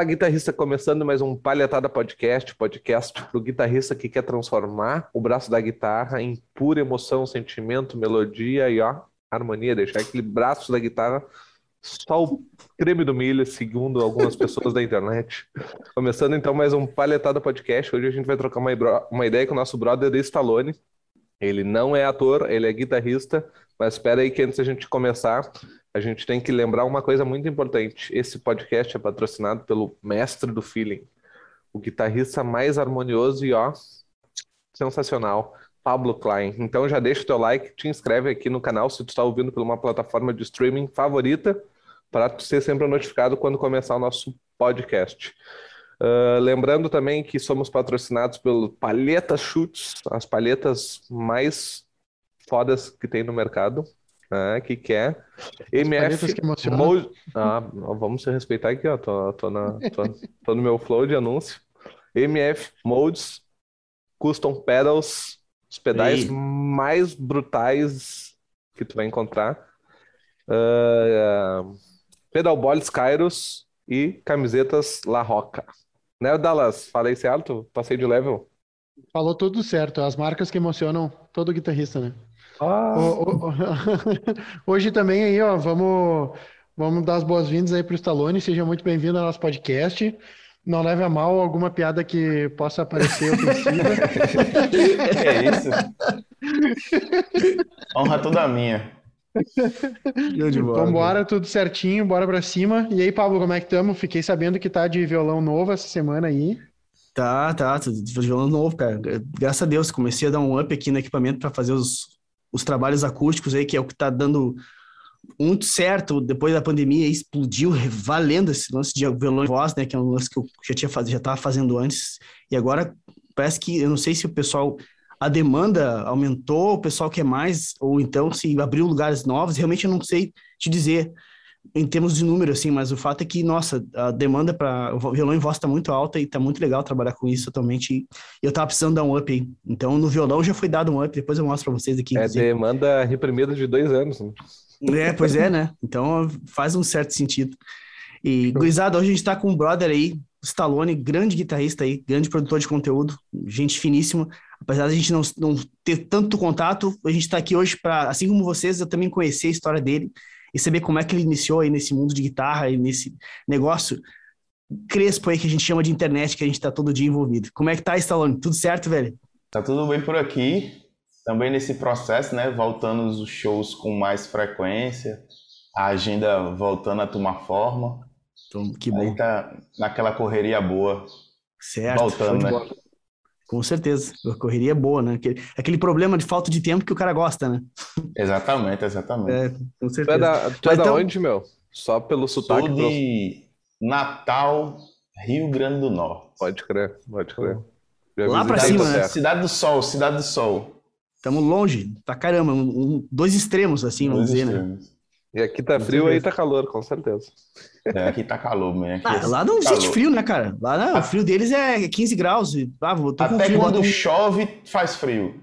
Guitarrista, começando mais um Palhetada podcast para o guitarrista que quer transformar o braço da guitarra em pura emoção, sentimento, melodia e harmonia, deixar aquele braço da guitarra só o creme do milho, segundo algumas pessoas da internet. Começando então mais um Palhetada podcast. Hoje a gente vai trocar uma ideia com o nosso brother Stallone. Ele não é ator, ele é guitarrista, mas espera aí que antes da gente começar, a gente tem que lembrar uma coisa muito importante. Esse podcast é patrocinado pelo mestre do feeling, o guitarrista mais harmonioso e sensacional, Pablo Klein. Então já deixa o teu like, te inscreve aqui no canal se tu está ouvindo por uma plataforma de streaming favorita, para tu ser sempre notificado quando começar o nosso podcast. Lembrando também que somos patrocinados pelo Palheta Chutes, as palhetas mais fodas que tem no mercado, né, que é As palhetas MF que emocionam. Mold. Vamos se respeitar aqui, ó. Tô no meu flow de anúncio. MF Molds, Custom Pedals, os pedais Aí. mais brutais que tu vai encontrar. Pedal Boys Kairos e camisetas La Roca. Né, Dallas? Falei certo? Passei de level? Falou tudo certo. As marcas que emocionam todo guitarrista, né? Ah, O- o- Hoje também aí, ó, vamos dar as boas-vindas aí pro Stallone. Seja muito bem-vindo ao nosso podcast. Não leve a mal alguma piada que possa parecer ofensiva. Que é isso? Honra toda minha. Show de bola. Vambora, tudo certinho, bora pra cima. E aí, Pablo, como é que estamos? Fiquei sabendo que tá de violão novo essa semana aí. Tá, tudo de violão novo, cara. Graças a Deus, comecei a dar um up aqui no equipamento para fazer os trabalhos acústicos aí, que é o que tá dando muito certo depois da pandemia, aí explodiu valendo esse lance de violão e voz, né, que é um lance que eu já tava fazendo antes, e agora parece que, eu não sei se o pessoal, a demanda aumentou, o pessoal quer mais, ou então se abriu lugares novos, realmente eu não sei te dizer em termos de número, assim, mas o fato é que, nossa, a demanda para violão e voz tá muito alta e tá muito legal trabalhar com isso atualmente. E eu tava precisando dar um up aí. Então, no violão já foi dado um up, depois eu mostro para vocês aqui, é inclusive. demanda reprimida de 2 anos, né? Pois é, né? Então faz um certo sentido. E, gurizada, hoje a gente tá com um brother aí, o Stallone, grande guitarrista aí, grande produtor de conteúdo, gente finíssima. Apesar de a gente não ter tanto contato, a gente tá aqui hoje para, assim como vocês, eu também conhecer a história dele e saber como é que ele iniciou aí nesse mundo de guitarra e nesse negócio crespo aí que a gente chama de internet, que a gente tá todo dia envolvido. Como é que tá, Stallone? Tudo certo, velho? Tá tudo bem por aqui. Também nesse processo, né? Voltando os shows com mais frequência. A agenda voltando a tomar forma. Então, que bom. Aí tá naquela correria boa. Certo, show Voltando, de né? bola. Com certeza. A correria é boa, né? Aquele problema de falta de tempo que o cara gosta, né? Exatamente. Com Tu é certeza. da Mas então, onde, meu? Só pelo sotaque. Sou de Natal, Rio Grande do Norte. Pode crer, pode crer. Já Lá pra visitei cima, tua né? terra. Cidade do Sol. estamos longe, pra caramba, dois extremos, assim, vamos Dois dizer, né? extremos. E aqui tá Com frio, aí certeza. tá calor, com certeza. Aqui tá calor, man. Aqui Lá não existe calor. frio, né, cara? Lá o frio deles é 15 graus. E, tô com Até frio, quando boto chove, faz frio.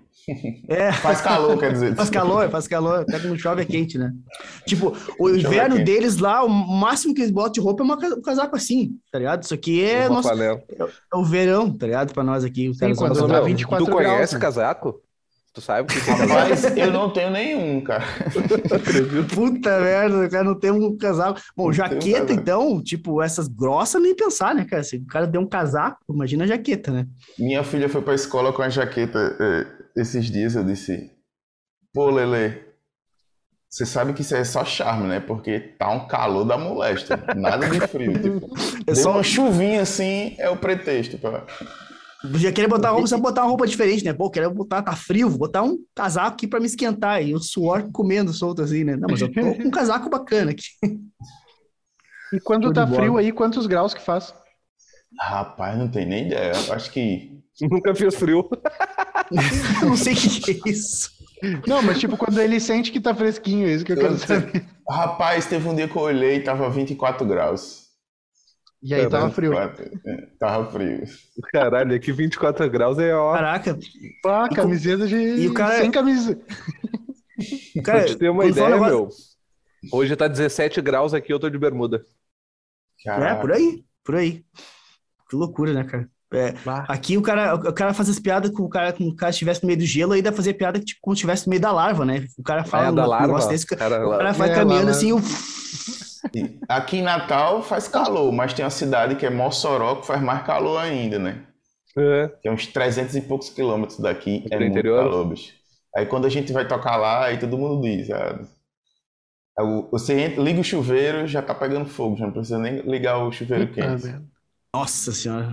É, Faz calor, quer dizer. faz calor. Até quando chove é quente, né? Tipo, o Chove é inverno quente. deles lá, o máximo que eles botam de roupa é um casaco assim, tá ligado? Isso aqui é, Uma nosso, flanela. é o verão, tá ligado? Pra nós aqui, os Sim, caras quando Mas, usam ô, dá meu, 24 tu conhece graus, né? casaco? Tu sabe o que é casaco? Rapaz, eu não tenho nenhum, cara. Acredito. Puta merda, o cara não tem um casaco. Bom, Não tem um jaqueta, casaco. então, tipo, essas grossas nem pensar, né, cara? Se o cara deu um casaco, imagina a jaqueta, né? Minha filha foi pra escola com a jaqueta esses dias. Eu disse: pô, Lele, você sabe que isso é só charme, né? Porque tá um calor da moléstia. Nada de frio. Tipo, É deu só- uma chuvinha assim, é o pretexto. Já queria botar roupa, só botar uma roupa diferente, né? Pô, queria botar, tá frio, vou botar um casaco aqui pra me esquentar. E o suor comendo solto assim, né? Não, mas eu tô com um casaco bacana aqui. E quando Show de tá bola. frio aí, quantos graus que faz? Rapaz, não tem nem ideia. Eu acho que Nunca fiz frio. Eu não sei o que é isso. Não, mas tipo, quando ele sente que tá fresquinho, é isso que eu quero saber. Rapaz, teve um dia que eu olhei e tava 24 graus. E aí tava frio. 24, tava frio. Caralho, aqui 24 graus é Caraca, Pá, E camiseta de... e o cara- Sem camisa. Pra cara, te ter uma quando fala ideia, negócio- meu. Hoje tá 17 graus aqui, eu tô de bermuda. É, por aí. por aí. Que loucura, né, cara? Bah. Aqui o cara faz as piadas com o cara como o cara estivesse no meio do gelo, aí dá fazer piada que, tipo, como estivesse no meio da larva, né? O cara fala Da um negócio larva, desse, o cara. cara vai É, caminhando lá. assim, E aqui em Natal faz calor, mas tem uma cidade que é Mossoró que faz mais calor ainda, né? É, Que é uns 300 e poucos quilômetros daqui, é pro muito interior. calor, bicho. Aí quando a gente vai tocar lá, aí todo mundo diz, você liga o chuveiro, já tá pegando fogo, já não precisa nem ligar o chuveiro Puta quente. merda. nossa senhora,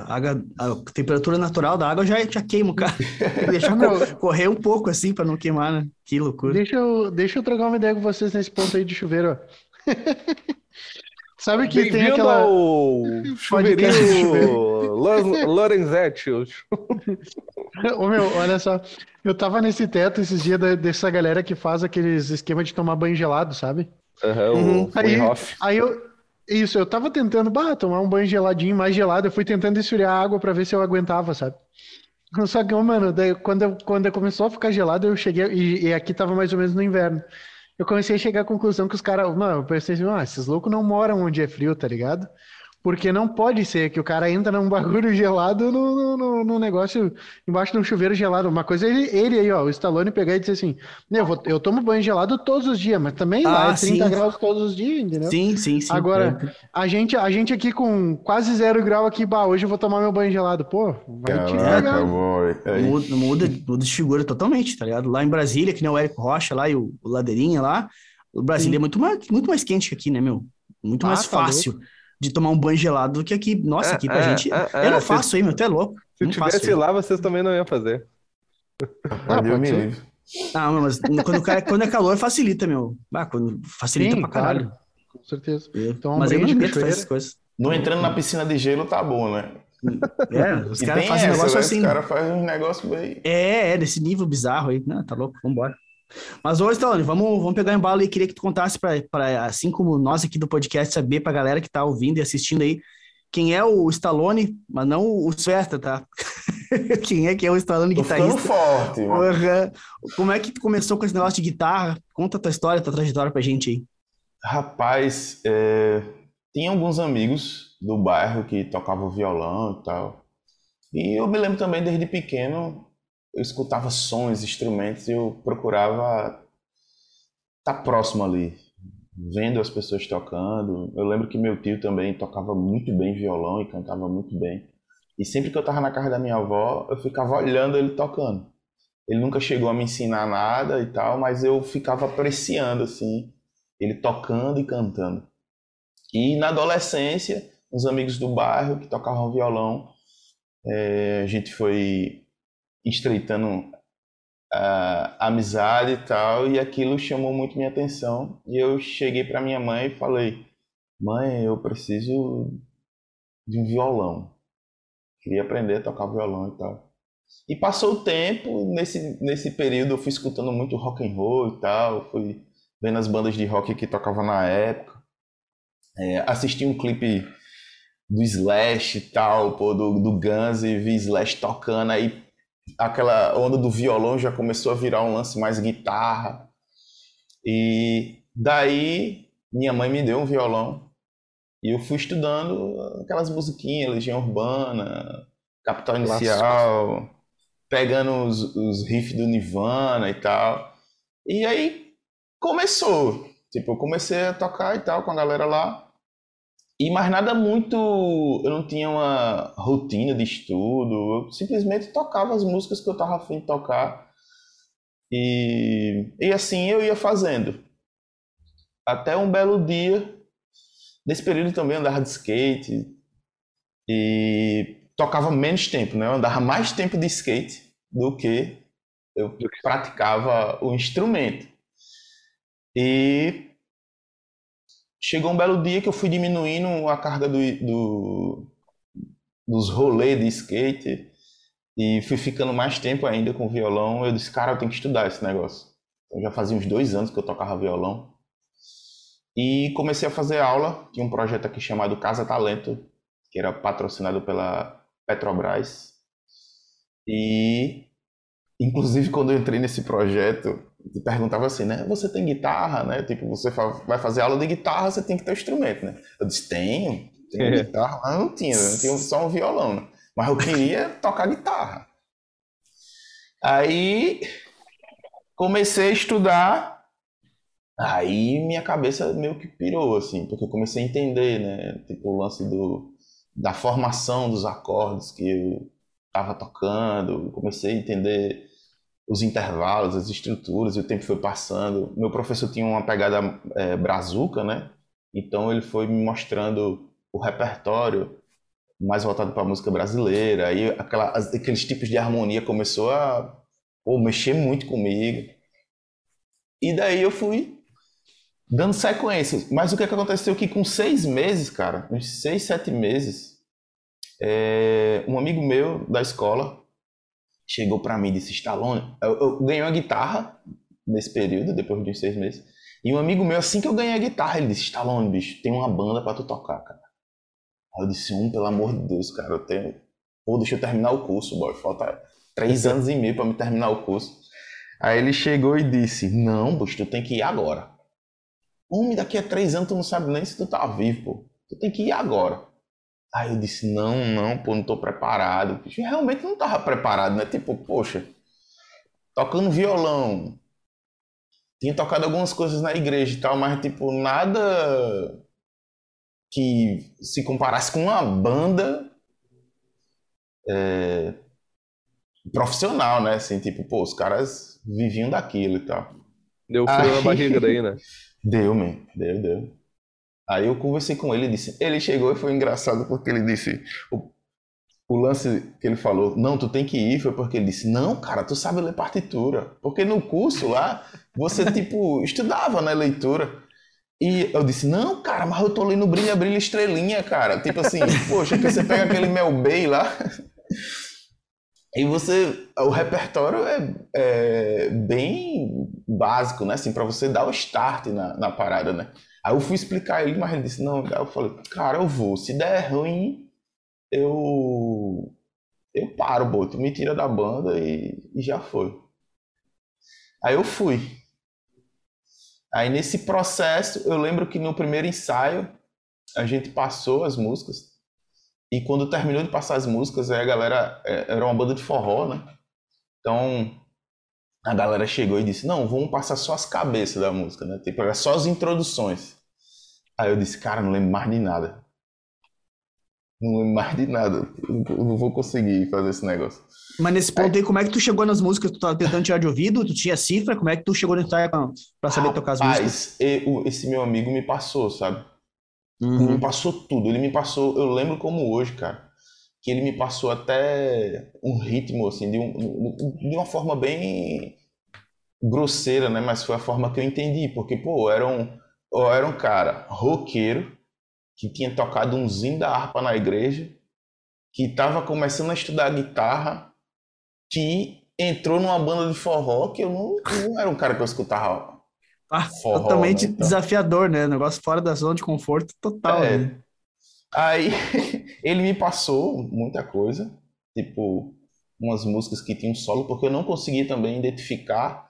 a temperatura natural da água já queima o cara. Deixa Ô, meu, correr um pouco assim pra não queimar, né? Que loucura. deixa eu trocar uma ideia com vocês nesse ponto aí de chuveiro, ó. Sabe que tem Bem-vindo aquela ao podcast de chuveiro? chuveirinho Lorenzetti. Ô, meu, olha só. Eu tava nesse teto esses dias dessa galera que faz aqueles esquema de tomar banho gelado, sabe? Aham, Uhum. o Wim Aí, Hof. aí eu. Isso, eu tava tentando, tomar um banho geladinho, mais gelado. Eu fui tentando esfriar a água pra ver se eu aguentava, sabe? Só que, mano, daí, quando começou a ficar gelado, eu cheguei. E aqui tava mais ou menos no inverno. Eu comecei a chegar à conclusão que os caras. Mano, eu pensei assim, esses loucos não moram onde é frio, tá ligado? Porque não pode ser que o cara entra num bagulho gelado no negócio, embaixo de um chuveiro gelado. Uma coisa é ele aí, ó, o Stallone pegar e dizer assim: eu tomo banho gelado todos os dias, mas também lá é Ah, 30 sim. graus todos os dias, entendeu? Sim, sim, sim. Agora, a gente aqui com quase 0 grau aqui, hoje eu vou tomar meu banho gelado. Pô, vai te Caraca, cagar. boy. Aí. Muda de figura totalmente, tá ligado? Lá em Brasília, que nem o Érico Rocha lá e o Ladeirinha lá, o Brasília é Sim. muito mais quente que aqui, né, meu? Muito mais Tá louco. fácil de tomar um banho gelado do que aqui. Nossa, aqui pra gente. Eu não Se, faço aí, meu, tu é louco. se Não faço tivesse aí. lá, vocês também não iam fazer. Rapaz, Deus Pode me ser. livre. Não, mas quando é calor, facilita, meu. Quando facilita Sim, pra caralho. claro. Com certeza. É. Tomar um Mas eu banho não de me meto pra essas cachoeira. coisas. Não Tá entrando louco. na piscina de gelo tá bom, né? Os E caras tem fazem um essa, negócio né? Os assim. caras fazem um negócio bem. Desse nível bizarro aí. Não, tá louco, vambora. Mas, ô, Stallone, vamos pegar o embalo e queria que tu contasse assim como nós aqui do podcast, saber pra galera que tá ouvindo e assistindo aí, quem é o Stallone, mas não o Sylvester, tá? Quem é que é o Stallone Tô ficando guitarrista? forte, mano. Porra. Como é que tu começou com esse negócio de guitarra? Conta a tua história, tua trajetória pra gente aí. Rapaz, tinha alguns amigos do bairro que tocavam violão e tal. E eu me lembro também, desde pequeno, eu escutava sons, instrumentos e eu procurava estar próximo ali, vendo as pessoas tocando. Eu lembro que meu tio também tocava muito bem violão e cantava muito bem. E sempre que eu estava na casa da minha avó, eu ficava olhando ele tocando. Ele nunca chegou a me ensinar nada e tal, mas eu ficava apreciando assim, ele tocando e cantando. E na adolescência, uns amigos do bairro que tocavam violão, a gente foi estreitando a amizade e tal, e aquilo chamou muito minha atenção. E eu cheguei para minha mãe e falei: Mãe, eu preciso de um violão. Queria aprender a tocar violão e tal. E passou o tempo, nesse período eu fui escutando muito rock and roll e tal, fui vendo as bandas de rock que tocavam na época. Assisti um clipe do Slash e tal, pô, do Guns, e vi Slash tocando, aí aquela onda do violão já começou a virar um lance mais guitarra. E daí minha mãe me deu um violão e eu fui estudando aquelas musiquinhas, Legião Urbana, Capital Inicial, pegando os riffs do Nirvana e tal. E aí começou. Tipo, eu comecei a tocar e tal com a galera lá. E mais nada muito. Eu não tinha uma rotina de estudo. Eu simplesmente tocava as músicas que eu tava a fim de tocar. E assim eu ia fazendo. Até um belo dia. Nesse período também eu andava de skate. E tocava menos tempo, né? Eu andava mais tempo de skate do que eu praticava o instrumento. E chegou um belo dia que eu fui diminuindo a carga dos rolês de skate e fui ficando mais tempo ainda com o violão. Eu disse, cara, eu tenho que estudar esse negócio. Então já fazia uns 2 anos que eu tocava violão. E comecei a fazer aula. Tinha um projeto aqui chamado Casa Talento, que era patrocinado pela Petrobras. E, inclusive, quando eu entrei nesse projeto, eu perguntava assim, né? Você tem guitarra, né? Tipo, você vai fazer aula de guitarra, você tem que ter um instrumento, né? Eu disse, tenho. Tinha guitarra, mas não tinha só um violão, né? Mas eu queria tocar guitarra. Aí comecei a estudar, aí minha cabeça meio que pirou, assim, porque eu comecei a entender, né? Tipo, o lance da formação dos acordes que eu estava tocando, comecei a entender os intervalos, as estruturas, e o tempo foi passando. Meu professor tinha uma pegada brazuca, né? Então ele foi me mostrando o repertório mais voltado para a música brasileira, aí aqueles tipos de harmonia começou a mexer muito comigo. E daí eu fui dando sequência. Mas o que aconteceu que com 6 meses, cara, uns 6, 7 meses, um amigo meu da escola chegou para mim e disse, Stallone, eu ganhei uma guitarra nesse período, depois de uns 6 meses, e um amigo meu, assim que eu ganhei a guitarra, ele disse, Stallone, bicho, tem uma banda para tu tocar, cara. Aí eu disse, pelo amor de Deus, cara, eu tenho... Pô, deixa eu terminar o curso, boy, falta 3 anos e meio para me terminar o curso. Aí ele chegou e disse, não, bicho, tu tem que ir agora. Homem, daqui a 3 anos tu não sabe nem se tu tá vivo, pô. Tu tem que ir agora. Aí eu disse, não, pô, não tô preparado. Eu realmente não tava preparado, né? Tipo, poxa, tocando violão. Tinha tocado algumas coisas na igreja e tal, mas tipo, nada que se comparasse com uma banda profissional, né? Assim, tipo, pô, os caras viviam daquilo e tal. Deu frio na barriga daí, né? Deu, man. Deu. Aí eu conversei com ele e disse... Ele chegou e foi engraçado porque ele disse... O lance que ele falou, não, tu tem que ir, foi porque ele disse, não, cara, tu sabe ler partitura. Porque no curso lá, você, tipo, estudava, né, leitura. E eu disse, não, cara, mas eu tô lendo Brilha, Brilha, Estrelinha, cara. Tipo assim, poxa, que você pega aquele Mel Bay lá... E o repertório é bem básico, né? Assim, para você dar o start na parada, né? Aí eu fui explicar ele, mas ele disse, não, aí eu falei, cara, eu vou, se der ruim, eu paro, boto, me tira da banda e já foi. Aí eu fui. Aí nesse processo, eu lembro que no primeiro ensaio, a gente passou as músicas, e quando terminou de passar as músicas, aí a galera, era uma banda de forró, né? Então, a galera chegou e disse, não, vamos passar só as cabeças da música, né? Tipo, era só as introduções. Aí eu disse, cara, não lembro mais de nada. Não lembro mais de nada. Eu não vou conseguir fazer esse negócio. Mas nesse ponto aí, como é que tu chegou nas músicas? Tu tava tentando tirar de ouvido? Tu tinha cifra? Como é que tu chegou no ensaio pra saber tocar as músicas? Esse meu amigo me passou, sabe? Ele me Uhum. passou tudo. Ele me passou, eu lembro como hoje, cara, que ele me passou até um ritmo, assim, de uma forma bem grosseira, né? Mas foi a forma que eu entendi, porque, pô, eu era um cara roqueiro que tinha tocado um zinho da harpa na igreja, que estava começando a estudar guitarra, que entrou numa banda de forró, que eu não era um cara que eu escutava Ah, forró, né? totalmente Então, desafiador, né? Negócio fora da zona de conforto total, né? aí ele me passou muita coisa, tipo, umas músicas que tinham solo, porque eu não conseguia também identificar,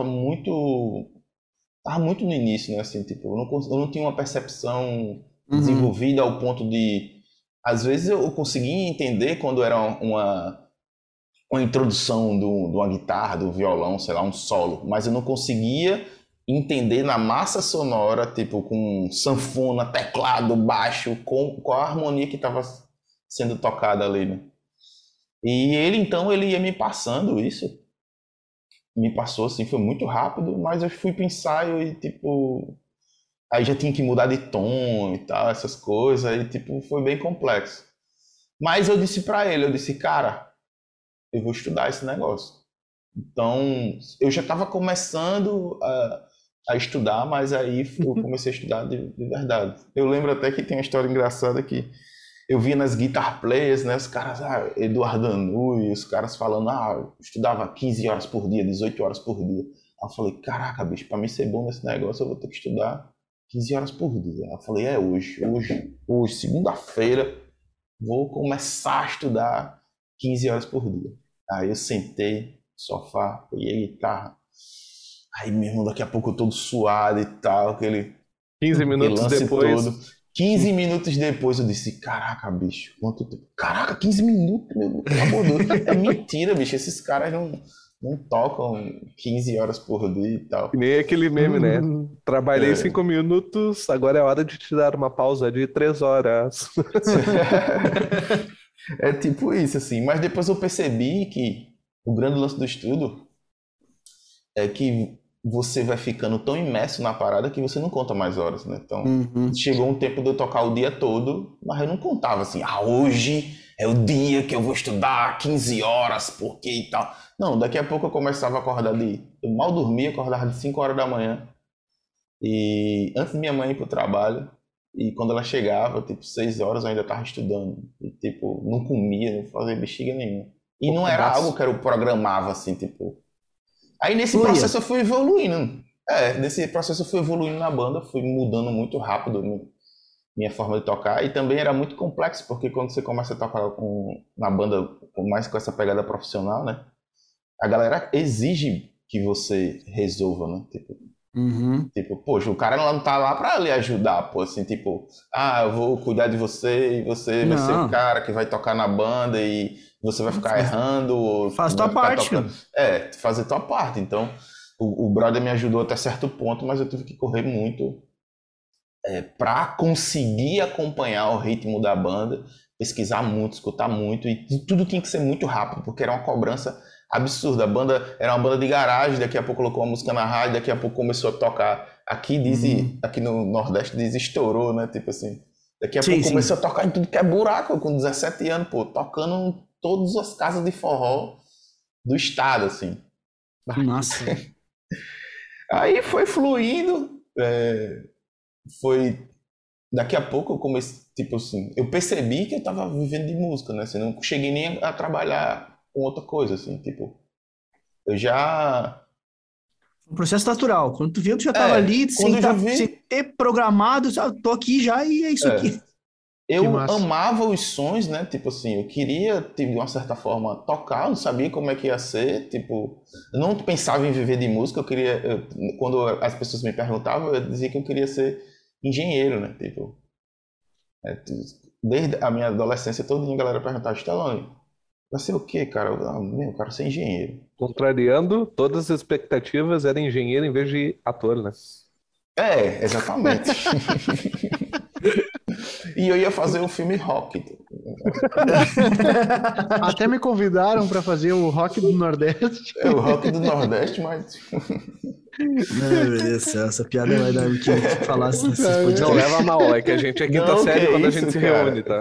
tava muito no início, né? Assim, tipo, eu não tinha uma percepção Uhum. desenvolvida ao ponto de. Às vezes eu conseguia entender quando era uma introdução de uma guitarra, do violão, sei lá, um solo, mas eu não conseguia entender na massa sonora, tipo, com sanfona, teclado, baixo, com qual a harmonia que estava sendo tocada ali, né? E ele, então, ele ia me passando isso, me passou assim, foi muito rápido, mas eu fui pro ensaio e, tipo, aí já tinha que mudar de tom e tal, essas coisas, aí, tipo, foi bem complexo. Mas eu disse pra ele, eu disse, cara, eu vou estudar esse negócio. Então, eu já estava começando a estudar, mas aí eu comecei a estudar de verdade. Eu lembro até que tem uma história engraçada que eu via nas guitar players, né, os caras, Eduardo Anui, os caras falando, eu estudava 15 horas por dia, 18 horas por dia. Aí eu falei, caraca, bicho, para mim ser bom nesse negócio eu vou ter que estudar 15 horas por dia. Aí eu falei, hoje, segunda-feira, vou começar a estudar 15 horas por dia. Aí eu sentei no sofá, peguei a guitarra. Aí, meu irmão, daqui a pouco eu todo suado e tal, aquele 15 minutos lance depois, todo. 15 minutos depois eu disse, caraca, bicho, quanto tempo? Caraca, 15 minutos, meu Deus, pelo amor de Deus. É mentira, bicho, esses caras não tocam 15 horas por dia e tal. Que nem aquele meme, né? Trabalhei É. 5 minutos, agora é hora de te dar uma pausa de 3 horas. É tipo isso, assim. Mas depois eu percebi que o grande lance do estudo é que você vai ficando tão imerso na parada que você não conta mais horas, né? Então, Uhum. chegou um tempo de eu tocar o dia todo, mas eu não contava assim, hoje é o dia que eu vou estudar 15 horas, porque e tal. Não, daqui a pouco eu começava a acordar eu mal dormia, acordava de 5 horas da manhã, e antes de minha mãe ir pro trabalho, e quando ela chegava, tipo, 6 horas eu ainda tava estudando, e tipo, não comia, não fazia bexiga nenhuma. E não era algo que eu programava, assim, tipo... Aí nesse Fluía. processo eu fui evoluindo. Nesse processo eu fui evoluindo na banda, fui mudando muito rápido minha forma de tocar. E também era muito complexo, porque quando você começa a tocar na banda, mais com essa pegada profissional, né? A galera exige que você resolva, né? Uhum. Poxa, o cara não tá lá pra lhe ajudar, pô, assim, tipo, eu vou cuidar de você e você vai ser o Não. cara que vai tocar na banda e você vai ficar errando ou Faz vai tua ficar parte, tocando. cara. Fazer tua parte. Então, o brother me ajudou até certo ponto, mas eu tive que correr muito pra conseguir acompanhar o ritmo da banda, pesquisar muito, escutar muito e tudo tinha que ser muito rápido, porque era uma cobrança absurda. A banda era uma banda de garagem, daqui a pouco colocou uma música na rádio, daqui a pouco começou a tocar. Aqui aqui no Nordeste diz estourou, né? Tipo assim. Daqui a Sim, pouco sim. começou a tocar em tudo que é buraco, eu com 17 anos, pô, tocando em todas as casas de forró do estado, assim. Nossa. Aí foi fluindo, foi. Daqui a pouco eu comecei, tipo assim, eu percebi que eu tava vivendo de música, né? Assim, não cheguei nem a trabalhar com outra coisa, assim, tipo. Eu já. Um processo natural. Quando tu viu, tu já tava ali Quando eu já sem vi. ter programado, tô aqui já e é isso É, aqui. Que eu massa. amava os sons, né? Tipo assim, eu queria, de uma certa forma, tocar, eu não sabia como é que ia ser, tipo, eu não pensava em viver de música, quando as pessoas me perguntavam, eu dizia que eu queria ser engenheiro, né? Tipo, desde a minha adolescência toda a galera perguntava, Stallone, vai ser o quê, cara? Eu quero ser engenheiro. Contrariando todas as expectativas, era engenheiro em vez de ator, né? Exatamente. E eu ia fazer o filme Rock. Até me convidaram pra fazer o Rock do Nordeste. É o Rock do Nordeste, mas Meu Deus do céu, essa piada vai dar o que falar nesse Não podcast. leva mal, é que a gente é quinta não, que série é quando a isso, gente se cara. reúne, tá?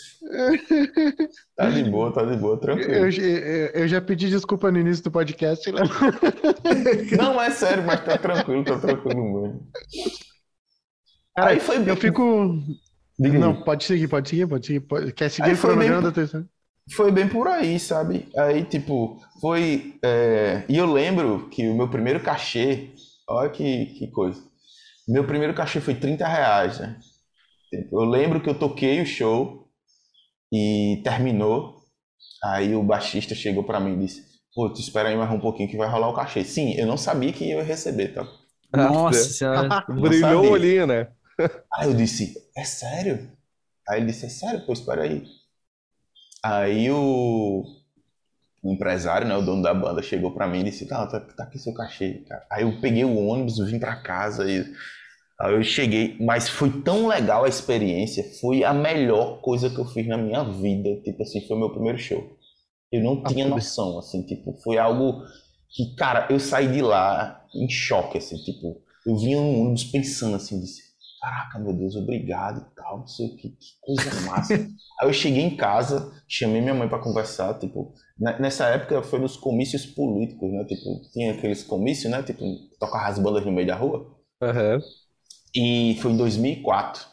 Tá de boa, Eu, tranquilo. eu já pedi desculpa no início do podcast, né? Não, é sério, mas tá tranquilo mesmo. Cara, Aí foi eu bem. fico. Diga Não, aí. pode seguir. Quer seguir Aí o cronograma da tua história? foi bem por aí, sabe? Aí, tipo, foi. E eu lembro que o meu primeiro cachê, olha que coisa. Meu primeiro cachê foi R$ 30, né? Eu lembro que eu toquei o show e terminou. Aí o baixista chegou pra mim e disse: Pô, tu espera aí mais um pouquinho que vai rolar o cachê. Sim, eu não sabia que eu ia receber, tá? Nossa Nossa, senhora. Eu não brilhou o sabia. olhinho, né? Aí eu disse: É sério? Aí ele disse: É sério? Pô, espera aí. Aí o empresário, né, o dono da banda, chegou pra mim e disse: tá aqui seu cachê, cara. Aí eu peguei o ônibus, vim pra casa e aí eu cheguei, mas foi tão legal a experiência, foi a melhor coisa que eu fiz na minha vida. Tipo assim, foi meu primeiro show. Eu não tinha Fuder. noção, assim, tipo, foi algo que, cara, eu saí de lá em choque, assim, tipo, eu vinha no ônibus pensando assim, disse, caraca, meu Deus, obrigado e tal, não sei o que coisa massa. Aí eu cheguei em casa, chamei minha mãe pra conversar, tipo, nessa época foi nos comícios políticos, né, tipo, tinha aqueles comícios, né, tipo, tocava as bandas no meio da rua, Aham. e foi em 2004.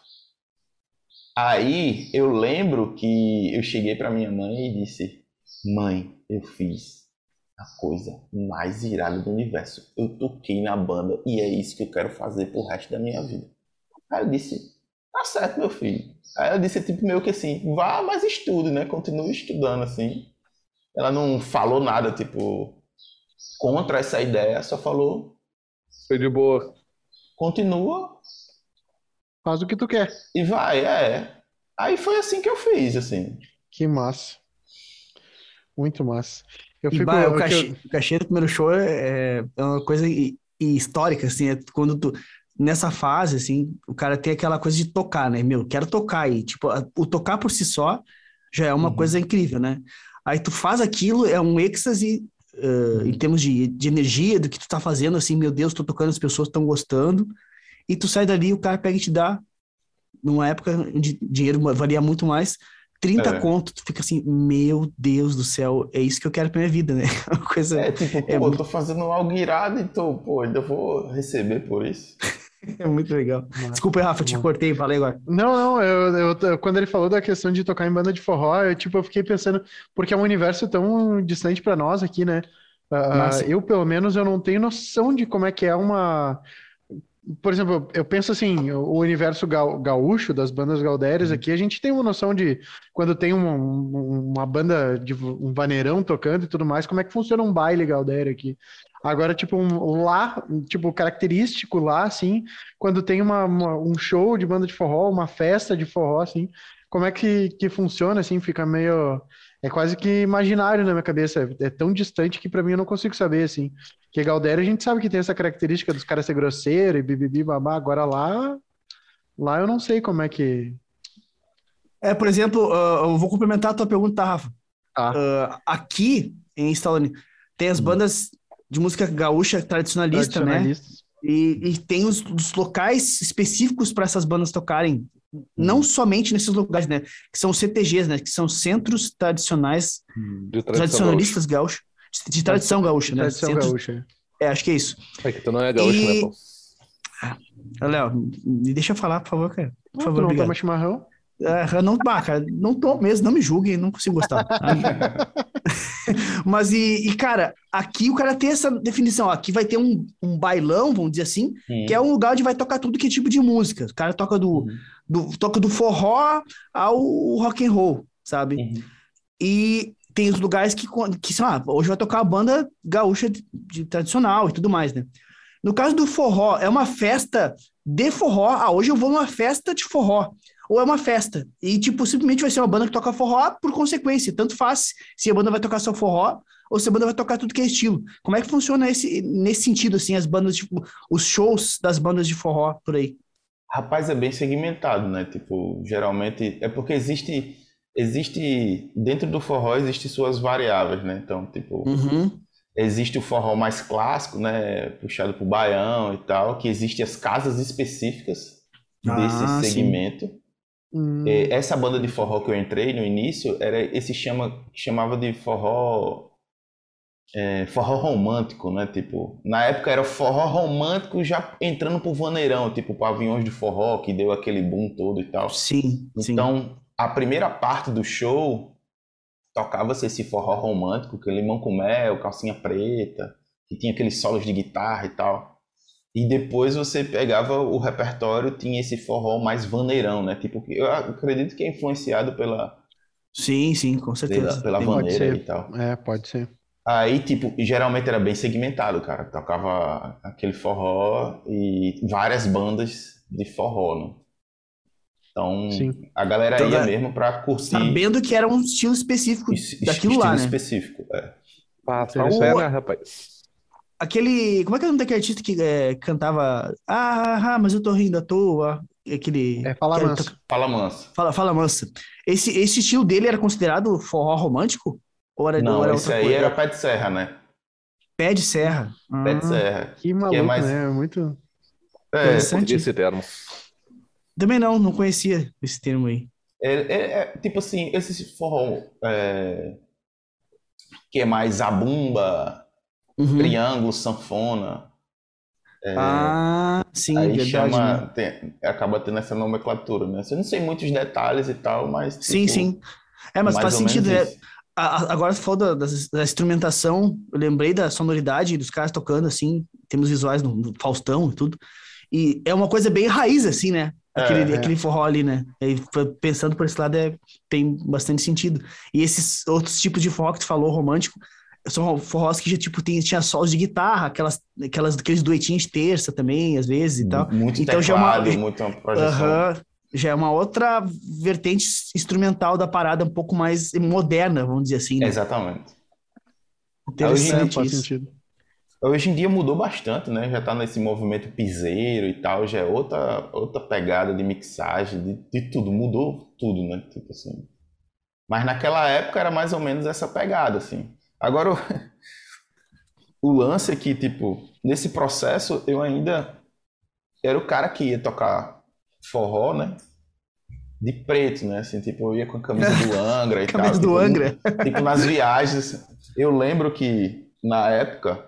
Aí eu lembro que eu cheguei pra minha mãe e disse, mãe, eu fiz a coisa mais irada do universo. Eu toquei na banda e é isso que eu quero fazer pro resto da minha vida. Aí eu disse, tá certo, meu filho. Aí eu disse, tipo, meio que assim, vá, mas estude, né? Continue estudando, assim. Ela não falou nada, tipo, contra essa ideia, só falou, Foi de boa. continua Faz o que tu quer. E vai, é. Aí foi assim que eu fiz, assim. Que massa. Muito massa. Eu E fico. bah, o cachê do primeiro show é uma coisa histórica, assim, é quando tu, nessa fase, assim, o cara tem aquela coisa de tocar, né? Meu, quero tocar aí. Tipo, o tocar por si só já é uma coisa Uhum. incrível, né? Aí tu faz aquilo, é um êxtase, em termos de energia do que tu tá fazendo, assim, meu Deus, tô tocando, as pessoas estão gostando, e tu sai dali, o cara pega e te dá, numa época onde dinheiro valia muito mais, 30 É. conto, tu fica assim, meu Deus do céu, é isso que eu quero pra minha vida, né? Uma coisa, É tipo, é pô, eu tô fazendo algo irado, então, pô, ainda vou receber por isso. é muito legal. Massa, Desculpa aí, Rafa, te massa. cortei, falei agora. Não, não, quando ele falou da questão de tocar em banda de forró, eu fiquei pensando, porque é um universo tão distante pra nós aqui, né? Massa. Eu, pelo menos, eu não tenho noção de como é que é uma. Por exemplo, eu penso assim, o universo gaúcho, das bandas gaudérias aqui, a gente tem uma noção de quando tem uma banda de um vaneirão tocando e tudo mais, como é que funciona um baile gaudério aqui. Agora, tipo, lá, tipo, característico lá, assim, quando tem um show de banda de forró, uma festa de forró, assim, como é que funciona, assim, fica meio. É quase que imaginário na minha cabeça. É tão distante que pra mim eu não consigo saber, assim. Porque Galdério a gente sabe que tem essa característica dos caras ser grosseiro e bibibi babá. Agora lá eu não sei como é que. Por exemplo, eu vou complementar a tua pergunta, Rafa. Tá, Aqui em Stalin tem as Hum. bandas de música gaúcha tradicionalista, né? tradicionalistas. E tem os locais específicos para essas bandas tocarem, não Hum. somente nesses lugares, né? Que são CTGs, né? Que são centros tradicionais, De tradição gaúcha. tradicionalistas gaúchos, de tradição gaúcha, né? Tradição Centros, gaúcha. acho que é isso. É que tu não é gaúcho, né, E, pô? Léo, me deixa falar, por favor, cara. Por Tu favor, não toma obrigado. chimarrão? Não, cara, não tô mesmo, não me julguem, não consigo gostar. Tá? Mas, cara, aqui o cara tem essa definição. Ó, aqui vai ter um bailão, vamos dizer assim, que é um lugar onde vai tocar tudo que é tipo de música. O cara toca Uhum. toca do forró ao rock and roll, sabe? Uhum. E tem os lugares que são, hoje vai tocar a banda gaúcha de tradicional e tudo mais, né? No caso do forró, é uma festa de forró. Hoje eu vou numa festa de forró. Ou é uma festa. E, tipo, simplesmente vai ser uma banda que toca forró por consequência. Tanto faz se a banda vai tocar só forró ou se a banda vai tocar tudo que é estilo. Como é que funciona nesse sentido, assim, as bandas, tipo, os shows das bandas de forró por aí? Rapaz, é bem segmentado, né? Tipo, geralmente é porque existe dentro do forró existe suas variáveis, né? Então, tipo, Uhum. existe o forró mais clássico, né? Puxado pro baião e tal, que existe as casas específicas desse Ah, sim. segmento. Hum, Essa banda de forró que eu entrei no início era chamava de forró romântico, né? Tipo, na época era forró romântico já entrando pro vaneirão, tipo Pavilhões de Forró, que deu aquele boom todo e tal. Sim, sim. Então, a primeira parte do show tocava-se esse forró romântico, que é limão com mel, calcinha preta, que tinha aqueles solos de guitarra e tal. E depois você pegava o repertório, tinha esse forró mais vaneirão, né? Tipo, eu acredito que é influenciado Sim, sim, com certeza. pela Tem. pode vaneira e ser. tal. Pode ser. Aí, tipo, geralmente era bem segmentado, cara. Tocava aquele forró e várias bandas de forró, né? Então, Sim. a galera Então, ia mesmo pra curtir sabendo que era um estilo específico daquilo lá, estilo né? específico. É. Passa a Interessante. perna, rapaz. Como é que é o nome daquele artista que cantava mas eu tô rindo à toa? É falar manso. Fala manso. Fala mansa. Esse estilo dele era considerado forró romântico? Ou Não, era esse outra aí coisa? era pé de serra, né? Pé de serra. Pé de serra. Que Que é maluco, mais. né? Muito. Não É, curti Interessante. esse termo. Também não conhecia esse termo aí. tipo assim, esse forró que é mais zabumba, Uhum. triângulo, sanfona. Sim, Aí verdade, né? acaba tendo essa nomenclatura, né? Eu não sei muitos detalhes e tal, mas Sim, tipo, sim. Mas mais faz ou menos sentido, né? isso. Agora você falou da instrumentação, eu lembrei da sonoridade dos caras tocando, assim, temos visuais no Faustão e tudo. E é uma coisa bem raiz, assim, né? Aquele, É, É. aquele forró ali, né? E pensando por esse lado, tem bastante sentido. E esses outros tipos de forró que tu falou, romântico, São forrós que já, tipo, tinha solos de guitarra, aqueles duetinhos de terça também, às vezes, e tal. Muito Então já é uma, teclado, muita projeção. aham, já é uma outra vertente instrumental da parada, um pouco mais moderna, vamos dizer assim, né? Exatamente. Interessante faz isso. sentido. Hoje em dia mudou bastante, né? Já tá nesse movimento piseiro e tal, já é outra pegada de mixagem, de tudo, mudou tudo, né? Tipo assim. Mas naquela época era mais ou menos essa pegada, assim. Agora, o lance é que, tipo, nesse processo eu ainda era o cara que ia tocar forró, né? De preto, né? Assim, tipo, eu ia com a camisa do Angra e tal. Camisa do Tipo, Angra. tipo, nas viagens. Eu lembro que, na época,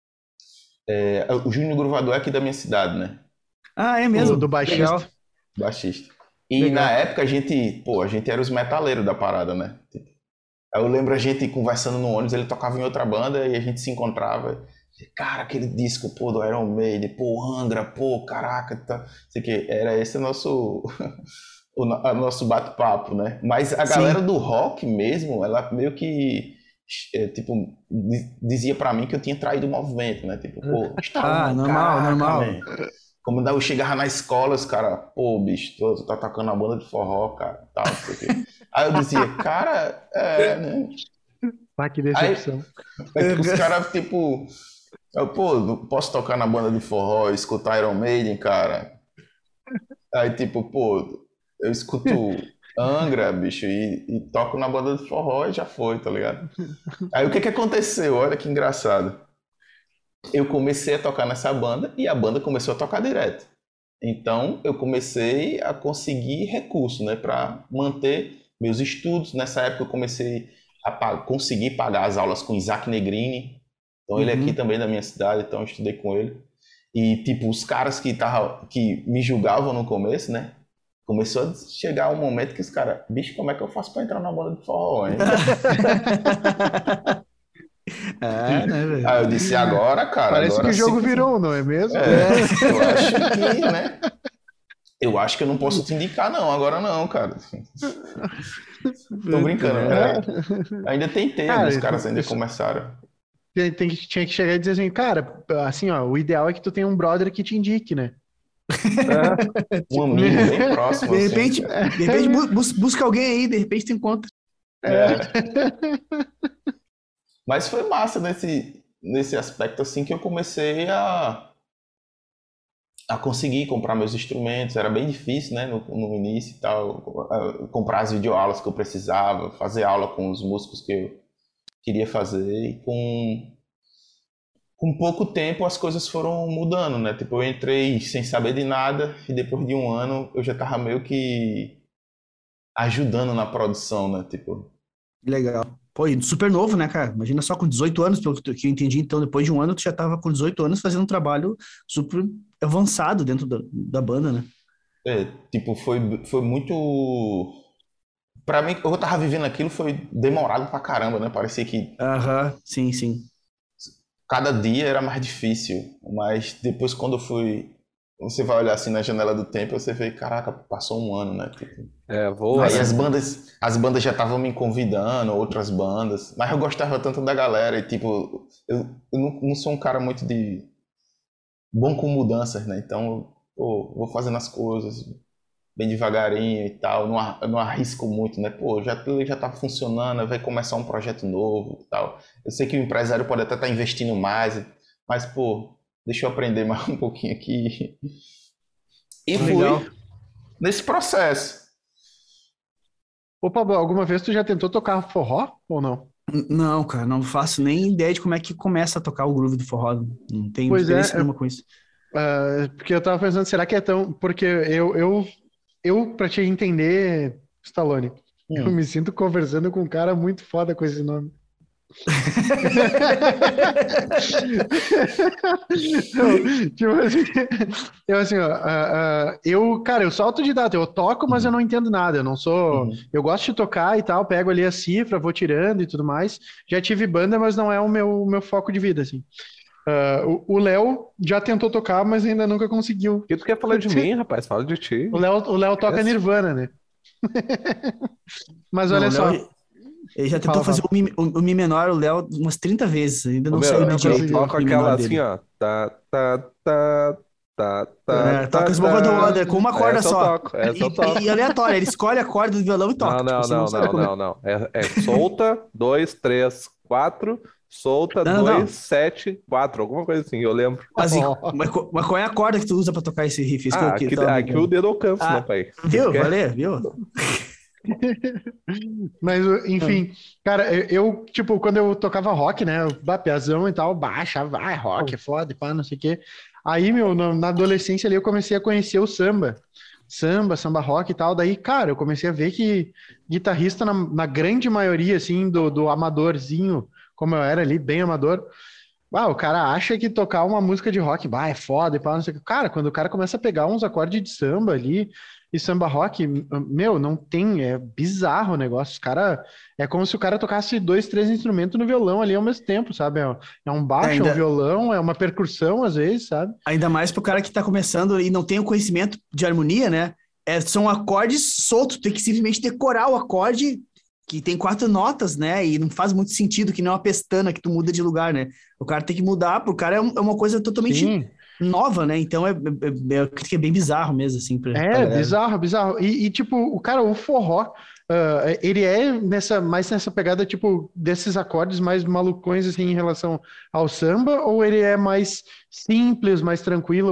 o Júnior Gruvador é aqui da minha cidade, né? Ah, é mesmo? Do baixista. Legal. Baixista. E Legal. na época a gente era os metaleiros da parada, né? Tipo, aí eu lembro a gente conversando no ônibus, ele tocava em outra banda e a gente se encontrava. Cara, aquele disco, pô, do Iron Maiden, pô, Angra, pô, caraca, tá. Sei que era esse o nosso o nosso bate-papo, né? Mas a galera do rock mesmo, ela meio que tipo dizia pra mim que eu tinha traído o movimento, né? Tipo, pô, Ah, normal, caraca, normal. man. Como daí eu chegava na escola, os caras, pô, bicho, tu tá tocando a banda de forró, cara, tal, não sei o quê. Aí eu dizia, cara, né? Ah, que Aí decepção. os caras, tipo, pô, não posso tocar na banda de forró e escutar Iron Maiden, cara. Aí, tipo, pô, eu escuto Angra, bicho, e toco na banda de forró e já foi, tá ligado? Aí o que que aconteceu? Olha que engraçado. Eu comecei a tocar nessa banda e a banda começou a tocar direto. Então eu comecei a conseguir recurso, né, para manter meus estudos. Nessa época eu comecei a conseguir pagar as aulas com Isaac Negrini. Então ele é aqui também da minha cidade, então eu estudei com ele. E tipo, os caras que me julgavam no começo, né? Começou a chegar um momento que os caras, bicho, como é que eu faço para entrar na banda de forró, hein? É, né, velho? Aí eu disse, agora, cara, Parece que agora o jogo sim. virou, não é mesmo? Eu acho que, né? Eu acho que eu não posso te indicar, não, agora não, cara. Tô brincando. Ainda tem tempo, Cara, os caras ainda começaram. tinha que chegar e dizer assim, cara, assim, ó, o ideal é que tu tenha um brother que te indique, né? Um amigo bem próximo, De assim. repente busca alguém aí, de repente tu encontra. Mas foi massa nesse aspecto, assim, que eu comecei a conseguir comprar meus instrumentos. Era bem difícil, né, no início e tal, comprar as videoaulas que eu precisava, fazer aula com os músicos que eu queria fazer. E com pouco tempo as coisas foram mudando, né? Tipo, eu entrei sem saber de nada e depois de um ano eu já tava meio que ajudando na produção, né? Tipo, Legal. Pô, e super novo, né, cara? Imagina só com 18 anos, pelo que eu entendi. Então, depois de um ano, tu já tava com 18 anos fazendo um trabalho super avançado dentro da banda, né? tipo, foi muito. Pra mim, eu tava vivendo aquilo foi demorado pra caramba, né? Parecia que Aham, sim, sim. cada dia era mais difícil, mas depois quando eu fui. Você vai olhar assim na janela do tempo, você vê, caraca, passou um ano, né? Tipo, Voa, aí né? as bandas já estavam me convidando, outras bandas, mas eu gostava tanto da galera e tipo, eu não sou um cara muito bom com mudanças, né? Então, pô, vou fazendo as coisas bem devagarinho e tal, eu não arrisco muito, né? Pô, já tá funcionando, vai começar um projeto novo e tal. Eu sei que o empresário pode até estar investindo mais, mas, pô, deixa eu aprender mais um pouquinho aqui. E Legal. fui nesse processo. Ô, Pablo, alguma vez tu já tentou tocar forró ou não? Não, cara, não faço nem ideia de como é que começa a tocar o groove do forró. Não tenho Pois é, experiência nenhuma com isso. porque eu tava pensando, será que é tão. Porque pra te entender, Stallone, eu me sinto conversando com um cara muito foda com esse nome. Não, tipo assim, eu assim, ó, cara, eu sou autodidata, eu toco, mas eu não entendo nada, eu não sou, eu gosto de tocar e tal, pego ali a cifra, vou tirando e tudo mais, já tive banda, mas não é o meu foco de vida, assim. O Léo já tentou tocar, mas ainda nunca conseguiu. O que tu quer falar de mim, rapaz? Fala de ti. O Léo toca Nirvana, né? Mas Não, olha o só, Léo. Ele já tentou Fala, fazer fala. o Mi menor, o Léo, umas 30 vezes. Ainda Ô, não meu, saiu Não direito eu conseguiu. toco o Mi aquela menor assim, dele. ó. Tá, tá, tá, tá, tá, tá, Toca Smoke on the tá. Water com uma corda Essa eu só. toco, essa eu E toco. aleatório, ele escolhe a corda do violão e toca. Não, Tipo, não, você não não, sabe não, como é. não, não. É solta, 2, 3, 4, solta, Não, não, 2, não. 7, 4, alguma coisa assim, eu lembro. Mas, mas qual é a corda que tu usa pra tocar esse riff? Isso que eu Ah, aqui, tava aqui o brincando. dedo alcança, né, Ah, pai? O que tu viu? quer? Valeu, viu? Mas, enfim, cara, tipo, quando eu tocava rock, né, piazão e tal, baixa, vai, rock, é foda, pá, não sei o quê. Aí, meu, na adolescência ali eu comecei a conhecer o samba. Samba rock e tal. Daí, cara, eu comecei a ver que guitarrista, na grande maioria, assim, do amadorzinho, como eu era ali, bem amador, o cara acha que tocar uma música de rock, é foda e pá, não sei o que. Cara, quando o cara começa a pegar uns acordes de samba ali e samba rock, meu, não tem, é bizarro o negócio. Os cara, é como se o cara tocasse dois, três instrumentos no violão ali ao mesmo tempo, sabe? É um É, baixo, é um ainda, violão, é uma percussão às vezes, sabe? ainda mais pro cara que tá começando e não tem o conhecimento de harmonia, né? São acordes soltos, tem que simplesmente decorar o acorde que tem 4 notas, né? E não faz muito sentido que não é uma pestana que tu muda de lugar, né? O cara tem que mudar, pro cara é uma coisa totalmente Sim. nova, né? Então eu acredito que é bem bizarro mesmo, assim, pra É, galera. bizarro, bizarro. Tipo, o forró, ele é mais nessa pegada, tipo, desses acordes mais malucões, assim, em relação ao samba, ou ele é mais simples, mais tranquilo,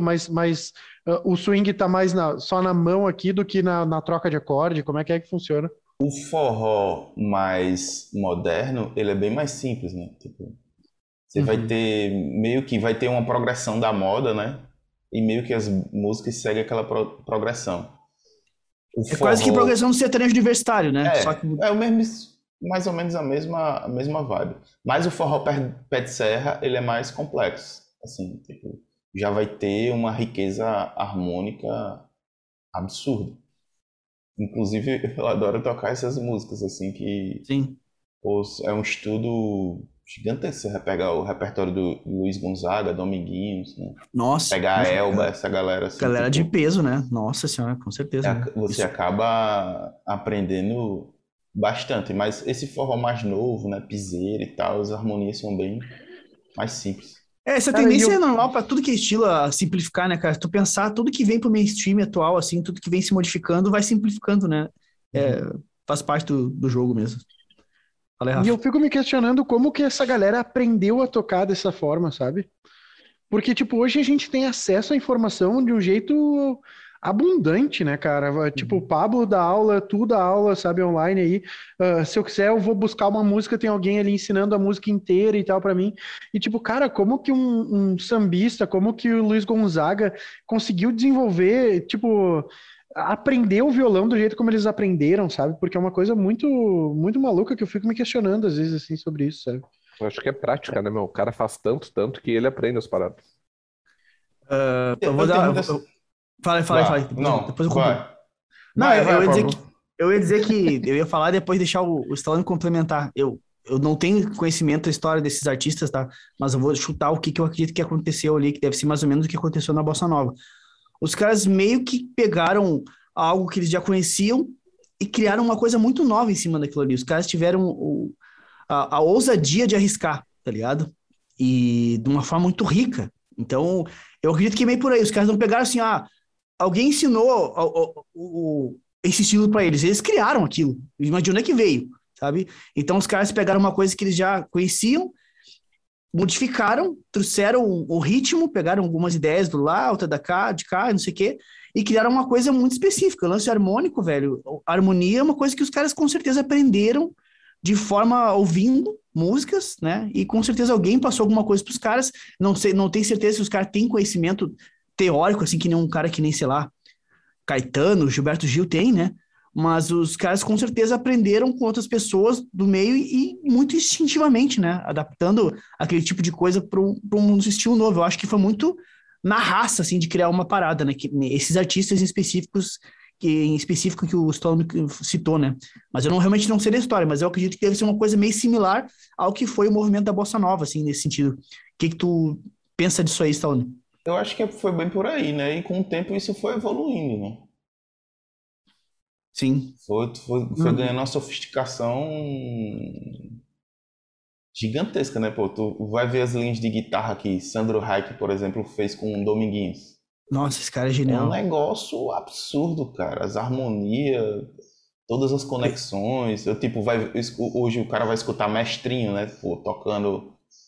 o swing tá mais só na mão aqui do que na troca de acorde? Como é que funciona? O forró mais moderno, ele é bem mais simples, né? Tipo, você vai Uhum. ter, meio que vai ter uma progressão da moda, né? E meio que as músicas seguem aquela progressão. O É quase que forró progressão do sertanejo universitário, né? Só que é o mesmo, mais ou menos a mesma vibe. Mas o forró pé de serra, ele é mais complexo. Assim, tipo, já vai ter uma riqueza harmônica absurda. Inclusive, eu adoro tocar essas músicas, assim, que sim. é um estudo gigantesco. Você vai pegar o repertório do Luiz Gonzaga, Dominguinhos, né? Nossa, Pegar a Elba, essa galera, assim, galera de tipo, peso, né? Nossa senhora, com certeza, né? você Isso. acaba aprendendo bastante. Mas esse forró mais novo, né, piseira e tal, as harmonias são bem mais simples. Essa Cara, tendência é normal para tudo que é estilo a simplificar, né, cara? Se tu pensar, tudo que vem pro mainstream atual, assim, tudo que vem se modificando, vai simplificando, né? É, Uhum. faz parte do jogo mesmo. Fala aí, E eu Rafa. fico me questionando como que essa galera aprendeu a tocar dessa forma, sabe? Porque, tipo, hoje a gente tem acesso à informação de um jeito abundante, né, cara? Tipo, o Uhum. Pablo dá aula, tu dá aula, sabe, online aí. Se eu quiser, eu vou buscar uma música, tem alguém ali ensinando a música inteira e tal pra mim. E, tipo, cara, como que um sambista, como que o Luiz Gonzaga conseguiu desenvolver, tipo, aprender o violão do jeito como eles aprenderam, sabe? Porque é uma coisa muito, muito maluca que eu fico me questionando às vezes, assim, sobre isso, sabe? Eu acho que é prática, né, meu? O cara faz tanto, tanto que ele aprende as paradas. Eu vou Eu tenho dar. muitas. Fala aí, fala aí. Vá, não, Depois eu concluo. vai. Não, Vai, eu vai, ia dizer Pablo. que eu ia dizer que eu ia falar e depois deixar o Stallone complementar. Eu não tenho conhecimento da história desses artistas, tá? Mas eu vou chutar o que, que eu acredito que aconteceu ali, que deve ser mais ou menos o que aconteceu na Bossa Nova. Os caras meio que pegaram algo que eles já conheciam e criaram uma coisa muito nova em cima daquilo ali. Os caras tiveram a ousadia de arriscar, tá ligado? E de uma forma muito rica. Então, eu acredito que é meio por aí. Os caras não pegaram assim, alguém ensinou esse estilo para eles. Eles criaram aquilo. Imagina que veio, sabe? Então, os caras pegaram uma coisa que eles já conheciam, modificaram, trouxeram o ritmo, pegaram algumas ideias do lá, outra da cá, de cá, não sei o quê, e criaram uma coisa muito específica. O lance harmônico, velho, a harmonia é uma coisa que os caras com certeza aprenderam de forma ouvindo músicas, né? E com certeza alguém passou alguma coisa para os caras. Não sei, não tenho certeza se os caras têm conhecimento teórico, assim, que nem um cara que nem, sei lá, Caetano, Gilberto Gil tem, né? Mas os caras com certeza aprenderam com outras pessoas do meio e muito instintivamente, né? Adaptando aquele tipo de coisa para um estilo novo. Eu acho que foi muito na raça, assim, de criar uma parada, né? Que, esses artistas em específico que o Stallone citou, né? Mas eu realmente não sei da história, mas eu acredito que deve ser uma coisa meio similar ao que foi o movimento da Bossa Nova, assim, nesse sentido. O que tu pensa disso aí, Stallone? Eu acho que foi bem por aí, né? E com o tempo isso foi evoluindo, né? Sim. Foi ganhando uma sofisticação gigantesca, né, pô? Tu vai ver as linhas de guitarra que Sandro Reich, por exemplo, fez com o Dominguinhos. Nossa, esse cara é É um genial. negócio absurdo, cara. As harmonias, todas as conexões. Eu, tipo, hoje o cara vai escutar Mestrinho, né? Pô, tocando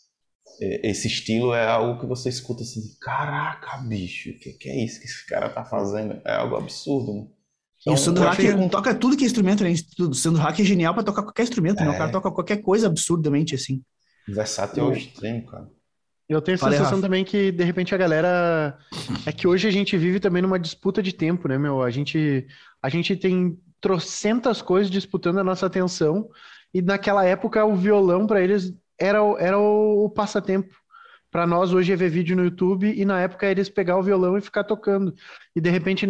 esse estilo é algo que você escuta assim, caraca, bicho, que é isso que esse cara tá fazendo? É algo absurdo, né? E o Então, Sandro eu acho que Hack toca tudo que é instrumento, né? O Sandro Hack é genial pra tocar qualquer instrumento, né? O cara toca qualquer coisa absurdamente, assim. versátil ao extremo, cara. Eu tenho a Fala aí, sensação Rafa. também que, de repente, a galera. É que hoje a gente vive também numa disputa de tempo, né, meu? A gente tem trocentas coisas disputando a nossa atenção, e naquela época o violão para eles era o passatempo. Para nós hoje é ver vídeo no YouTube, e na época eles pegar o violão e ficar tocando. E de repente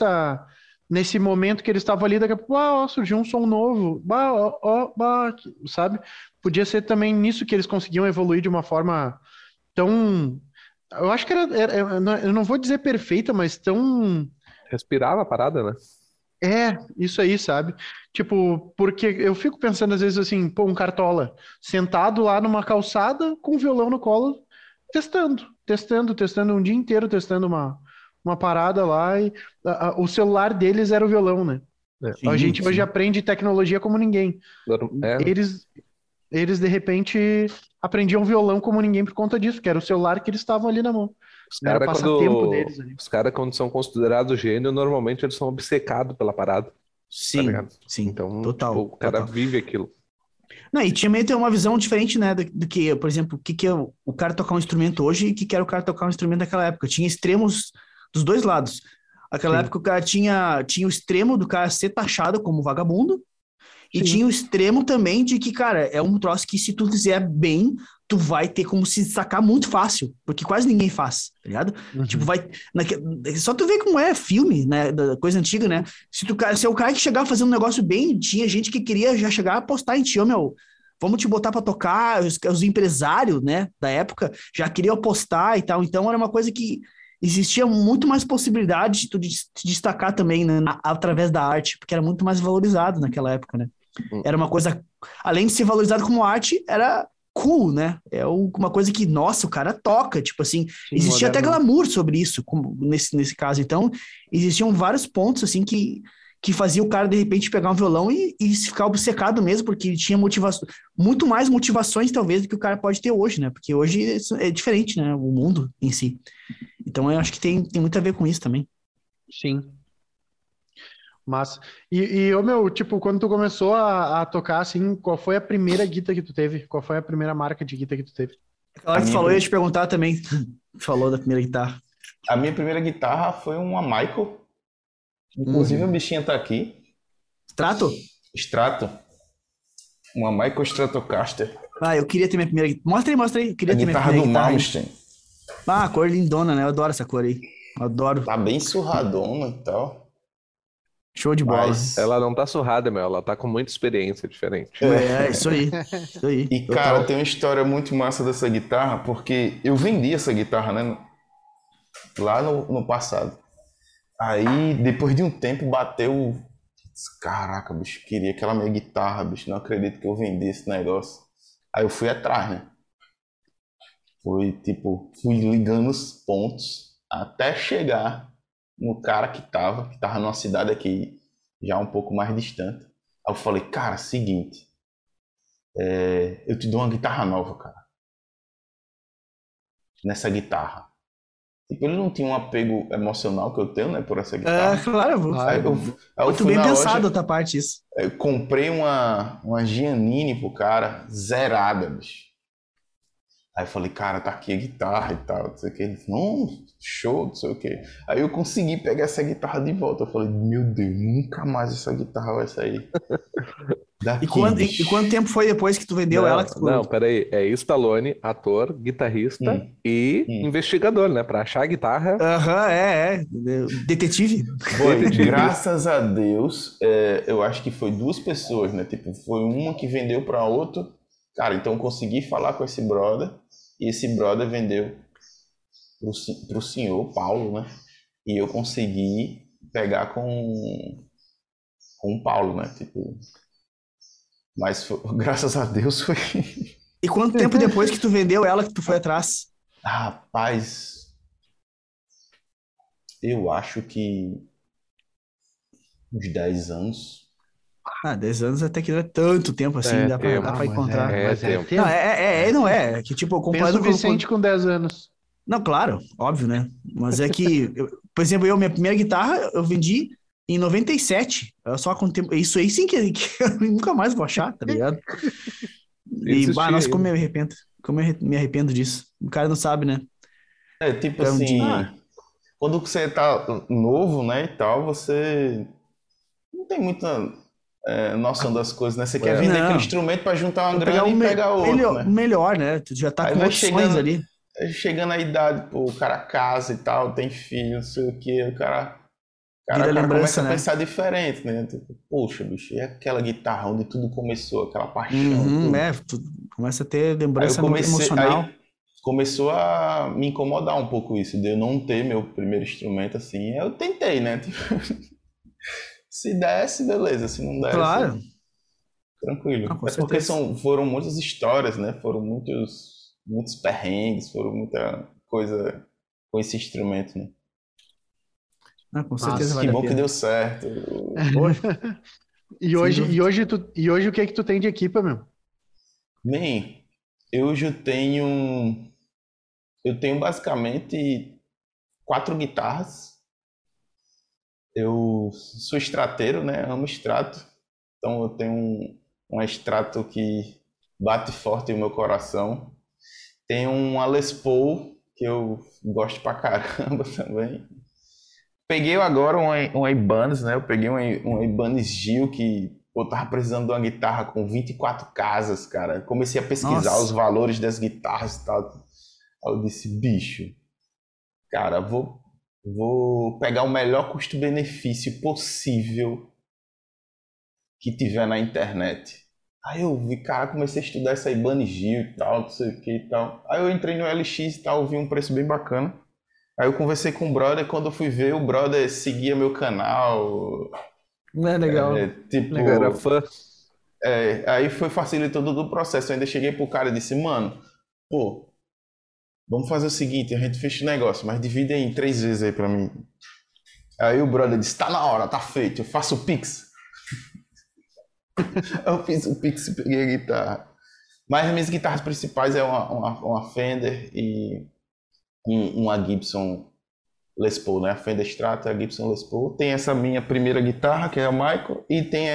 nesse momento que eles estavam ali, daqui a pouco, ó, surgiu um som novo, bah, ó, ó, bah, sabe? Podia ser também nisso que eles conseguiam evoluir de uma forma tão. Eu acho que eu não vou dizer perfeita, mas tão. Respirava a parada, né? É, isso aí, sabe? Tipo, porque eu fico pensando às vezes assim, pô, um cartola sentado lá numa calçada com o violão no colo, testando um dia inteiro, testando uma parada lá, e o celular deles era o violão, né? É, A Sim, gente hoje sim. aprende tecnologia como ninguém. é, Eles de repente aprendiam violão como ninguém por conta disso, que era o celular que eles estavam ali na mão. os Era o caras passatempo deles ali. quando são considerados gênio, normalmente eles são obcecados pela parada, tá Sim, ligado? sim. Então, tipo, Total, o cara total. vive aquilo. Não, e também tem uma visão diferente, né, do que, por exemplo, o que é o cara tocar um instrumento hoje e o que era o cara tocar um instrumento naquela época. Tinha extremos dos dois lados. Naquela Sim, época o cara tinha o extremo do cara ser taxado como vagabundo e sim. tinha o extremo também de que, cara, é um troço que se tu fizer bem, tu vai ter como se destacar muito fácil, porque quase ninguém faz, tá ligado? Tipo, Uhum. só tu vê como é filme, né, da coisa antiga, né? Se é o cara que chegar fazendo um negócio bem, tinha gente que queria já chegar a apostar em ti, ô meu, vamos te botar pra tocar, os empresários, né, da época, já queriam apostar e tal, então era uma coisa que existia muito mais possibilidade de tu te destacar também, né, através da arte, porque era muito mais valorizado naquela época, né? Hum, Era uma coisa, além de ser valorizado como arte, era cool, né? Uma coisa que, nossa, o cara toca, tipo assim, Sim, existia até moderno. glamour sobre isso, como nesse caso. Então, existiam vários pontos, assim, que fazia o cara, de repente, pegar um violão e ficar obcecado mesmo, porque ele tinha motivação, muito mais motivações, talvez, do que o cara pode ter hoje, né? Porque hoje isso é diferente, né? O mundo em si. Então, eu acho que tem muito a ver com isso também. Sim. Mas. Ô meu, tipo, quando tu começou a tocar, assim, qual foi a primeira guitarra que tu teve? Qual foi a primeira marca de guitarra que tu teve? Aquela A hora que tu minha, falou, eu ia te prim- perguntar também. Falou da primeira guitarra. a minha primeira guitarra foi uma Michael. Inclusive a Uhum. bichinha tá aqui. Strato? Strato. Uma Michael Stratocaster. Ah, eu queria ter minha primeira guitarra. Mostra aí. Eu A queria ter minha guitarra primeira do guitarra aí. Malmsteen. Ah, a cor lindona, né? Eu adoro essa cor aí. Adoro. Tá bem surradona e tal. Show de bola. Mas. Ela não tá surrada, meu, ela tá com muita experiência diferente. É, isso aí. Isso aí. E cara, Total. tem uma história muito massa dessa guitarra, porque eu vendi essa guitarra, né? Lá no passado. Aí, depois de um tempo, bateu. Caraca, bicho, queria aquela minha guitarra, bicho. Não acredito que eu vendi esse negócio. Aí eu fui atrás, né? Foi tipo, fui ligando os pontos até chegar no cara que tava numa cidade aqui já um pouco mais distante. Aí eu falei, cara, seguinte, eu te dou uma guitarra nova, cara, nessa guitarra. Tipo, ele não tinha um apego emocional que eu tenho, né, por essa É, guitarra. claro. Aí eu, Claro. aí eu Muito fui bem na pensado da loja, tua parte isso. eu comprei uma Giannini pro cara, zerada, bicho. Aí eu falei, cara, tá aqui a guitarra e tal, não sei o que. Ele falou, não, show, não sei o que. Aí eu consegui pegar essa guitarra de volta. Eu falei, meu Deus, nunca mais essa guitarra vai sair E daqui, quanto bicho. tempo foi depois que tu vendeu ela? Não, não, peraí. É Stallone, ator, guitarrista Hum, e hum. investigador, né? Pra achar a guitarra, Aham, é. Detetive? Bom, detetive. graças a Deus, eu acho que foi duas pessoas, né? Tipo, foi uma que vendeu para outro. Cara, então eu consegui falar com esse brother. E esse brother vendeu pro senhor Paulo, né? E eu consegui pegar com o Paulo, né? Tipo, mas graças a Deus foi. E quanto tempo depois que tu vendeu ela que tu foi atrás? Rapaz, eu acho que uns 10 anos. 10 anos até que não é tanto tempo assim, É dá pra, tempo. dá pra encontrar. Mas é tempo. Não, tempo. não é, que tipo, Pensa comparado o com... Vicente com 10 anos. Não, claro, óbvio, né? Mas é que, por exemplo, minha primeira guitarra eu vendi em 97. Eu só com tempo, isso aí sim que eu nunca mais vou achar, tá ligado? E, Existia nossa, como ainda. eu me arrependo. Como eu me arrependo disso. O cara não sabe, né? É tipo É um dia. assim, quando você tá novo, né, e tal, você não tem muita noção das coisas, né? Você quer vender aquele Não, instrumento para juntar uma vou pegar grana e pegar outro, né? melhor, né? Tu já tá Aí com vai opções chegando, ali. chegando a idade, pô, o cara casa e tal, tem filho, não sei o quê, Vira o cara começa lembrança, a né? pensar diferente, né? Tipo, poxa, bicho, e aquela guitarra onde tudo começou, aquela paixão, tudo. Tu começa a ter Aí eu lembrança comecei, emocional. aí começou a me incomodar um pouco isso, de eu não ter meu primeiro instrumento assim. Eu tentei, né? Tipo, se desse, beleza, se não desse, Claro, tranquilo. com É porque certeza. foram muitas histórias, né? Foram muitos perrengues, foram muita coisa com esse instrumento, né? Com certeza Mas que vale a bom que pena. deu certo. Poxa, E sem hoje, dúvida. e hoje o que é que tu tem de equipa, meu? Bem, hoje eu tenho basicamente 4 guitarras. Eu sou estrateiro, né? Amo extrato. Então eu tenho um extrato que bate forte no meu coração. Tenho uma Les Paul que eu gosto pra caramba também. Peguei agora um Ibanez, né? Eu peguei um Ibanez Gil que eu tava precisando de uma guitarra com 24 casas, cara. Comecei a pesquisar os Nossa. valores das guitarras e tal. Aí eu disse, bicho, cara, vou pegar o melhor custo-benefício possível que tiver na internet. Aí eu vi, cara, comecei a estudar essa Ibanez Gil e tal, não sei o que e tal. Aí eu entrei no LX e tal, vi um preço bem bacana. Aí eu conversei com o brother, quando eu fui ver, o brother seguia meu canal, Não é legal. Legal. Era tipo... fã. Aí foi facilitou todo o processo. Eu ainda cheguei pro cara e disse, mano, pô, vamos fazer o seguinte, a gente fecha o negócio, mas divide em 3 vezes aí pra mim. Aí o brother disse, tá na hora, tá feito, eu faço o Pix. Eu fiz o Pix e peguei a guitarra. Mas as minhas guitarras principais é uma Fender e uma Gibson Les Paul, né? A Fender Strata e a Gibson Les Paul. Tem essa minha primeira guitarra, que é a Michael, e tem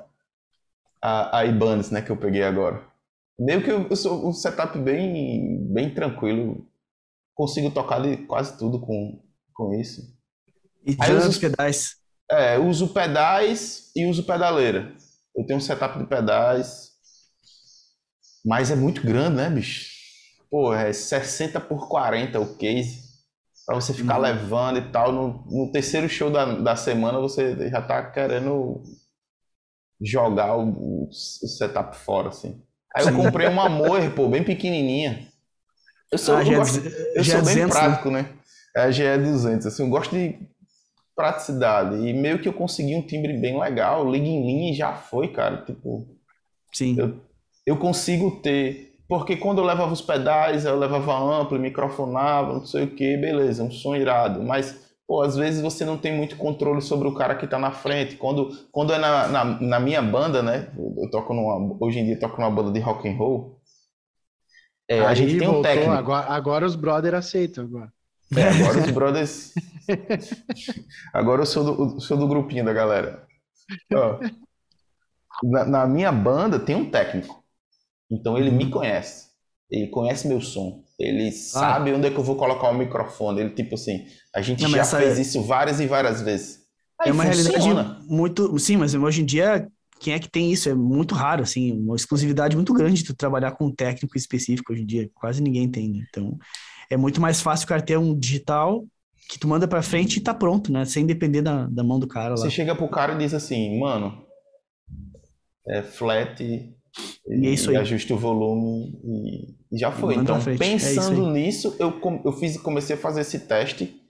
a Ibanez, né, que eu peguei agora. Meio que eu sou um setup bem tranquilo. Consigo tocar de quase tudo com isso. E Aí eu tirando os uso, pedais. uso pedais e uso pedaleira. Eu tenho um setup de pedais, mas é muito grande, né, bicho? Pô, é 60 por 40 o case. Pra você ficar levando e tal. No terceiro show da semana você já tá querendo jogar o setup fora, assim. Aí eu Sim. comprei uma Moer, pô, bem pequenininha. Já, Eu já é sou bem 200, né? prático, né? É a GE200, assim, eu gosto de praticidade. E meio que eu consegui um timbre bem legal. Liga em linha e já foi, cara. Tipo, Sim. eu consigo ter... Porque quando eu levava os pedais, eu levava amplo, microfonava, não sei o que, beleza, um som irado. Mas, pô, às vezes você não tem muito controle sobre o cara que tá na frente. Quando é na minha banda, né? Hoje em dia eu toco numa banda de rock and roll. A gente Aí tem um voltou, técnico. agora os brother aceitam agora. Agora os brothers... Agora eu sou do grupinho da galera. Ó, na minha banda tem um técnico. Então ele me conhece. Ele conhece meu som. Ele Claro. sabe onde é que eu vou colocar o microfone. Ele, tipo assim, a gente Não, mas já essa fez isso várias e várias vezes. é Aí uma realidade funciona. muito. Sim, mas hoje em dia, quem é que tem isso? É muito raro, assim, uma exclusividade muito grande tu trabalhar com um técnico específico hoje em dia. Quase ninguém tem, né? Então, é muito mais fácil o cara ter um digital que tu manda pra frente e tá pronto, né? Sem depender da mão do cara Você lá. chega pro cara e diz assim, mano, é flat E é isso e aí. ajusta o volume e já E foi. manda pra Então, frente. É isso pensando aí. nisso, eu comecei a fazer esse teste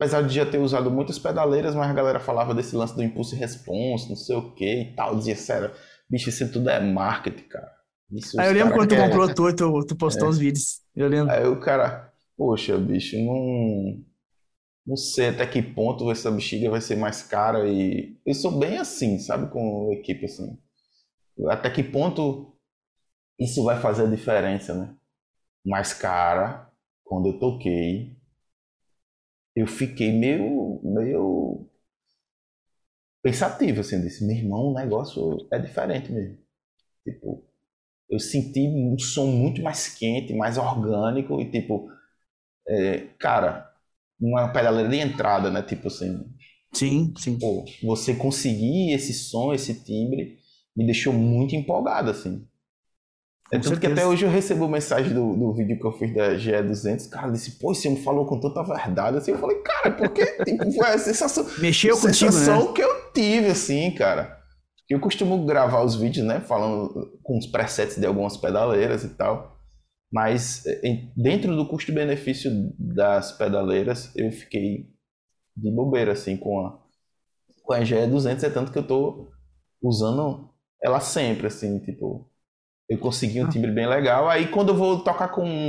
apesar de já ter usado muitas pedaleiras, mas a galera falava desse lance do impulso e response, não sei o que e tal. Dizia, sério, bicho, isso tudo é marketing, cara. Isso Aí eu os lembro caras quando tu querem. comprou tu postou os vídeos. Eu lembro. Aí o cara, poxa, bicho, não sei até que ponto essa bexiga vai ser mais cara e eu sou bem assim, sabe, com a equipe assim. Até que ponto isso vai fazer a diferença, né? Mas, cara, quando eu toquei, eu fiquei meio pensativo, assim, disse, meu irmão, o negócio é diferente mesmo. Tipo, eu senti um som muito mais quente, mais orgânico e, tipo, cara, uma pedaleira de entrada, né? Tipo assim, Sim, sim. pô, você conseguir esse som, esse timbre, me deixou muito empolgado, assim. Com Tanto que certeza. até hoje eu recebo mensagem do vídeo que eu fiz da GE200, cara, disse, pô, você me falou com tanta verdade, assim, eu falei, cara, porque, tipo, foi a Mexeu contigo, sensação né? que eu tive, assim, cara. Eu costumo gravar os vídeos, né, falando com os presets de algumas pedaleiras e tal, mas dentro do custo-benefício das pedaleiras, eu fiquei de bobeira, assim, com a GE200, é tanto que eu tô usando ela sempre, assim, tipo... Eu consegui um Ah, timbre bem legal. Aí quando eu vou tocar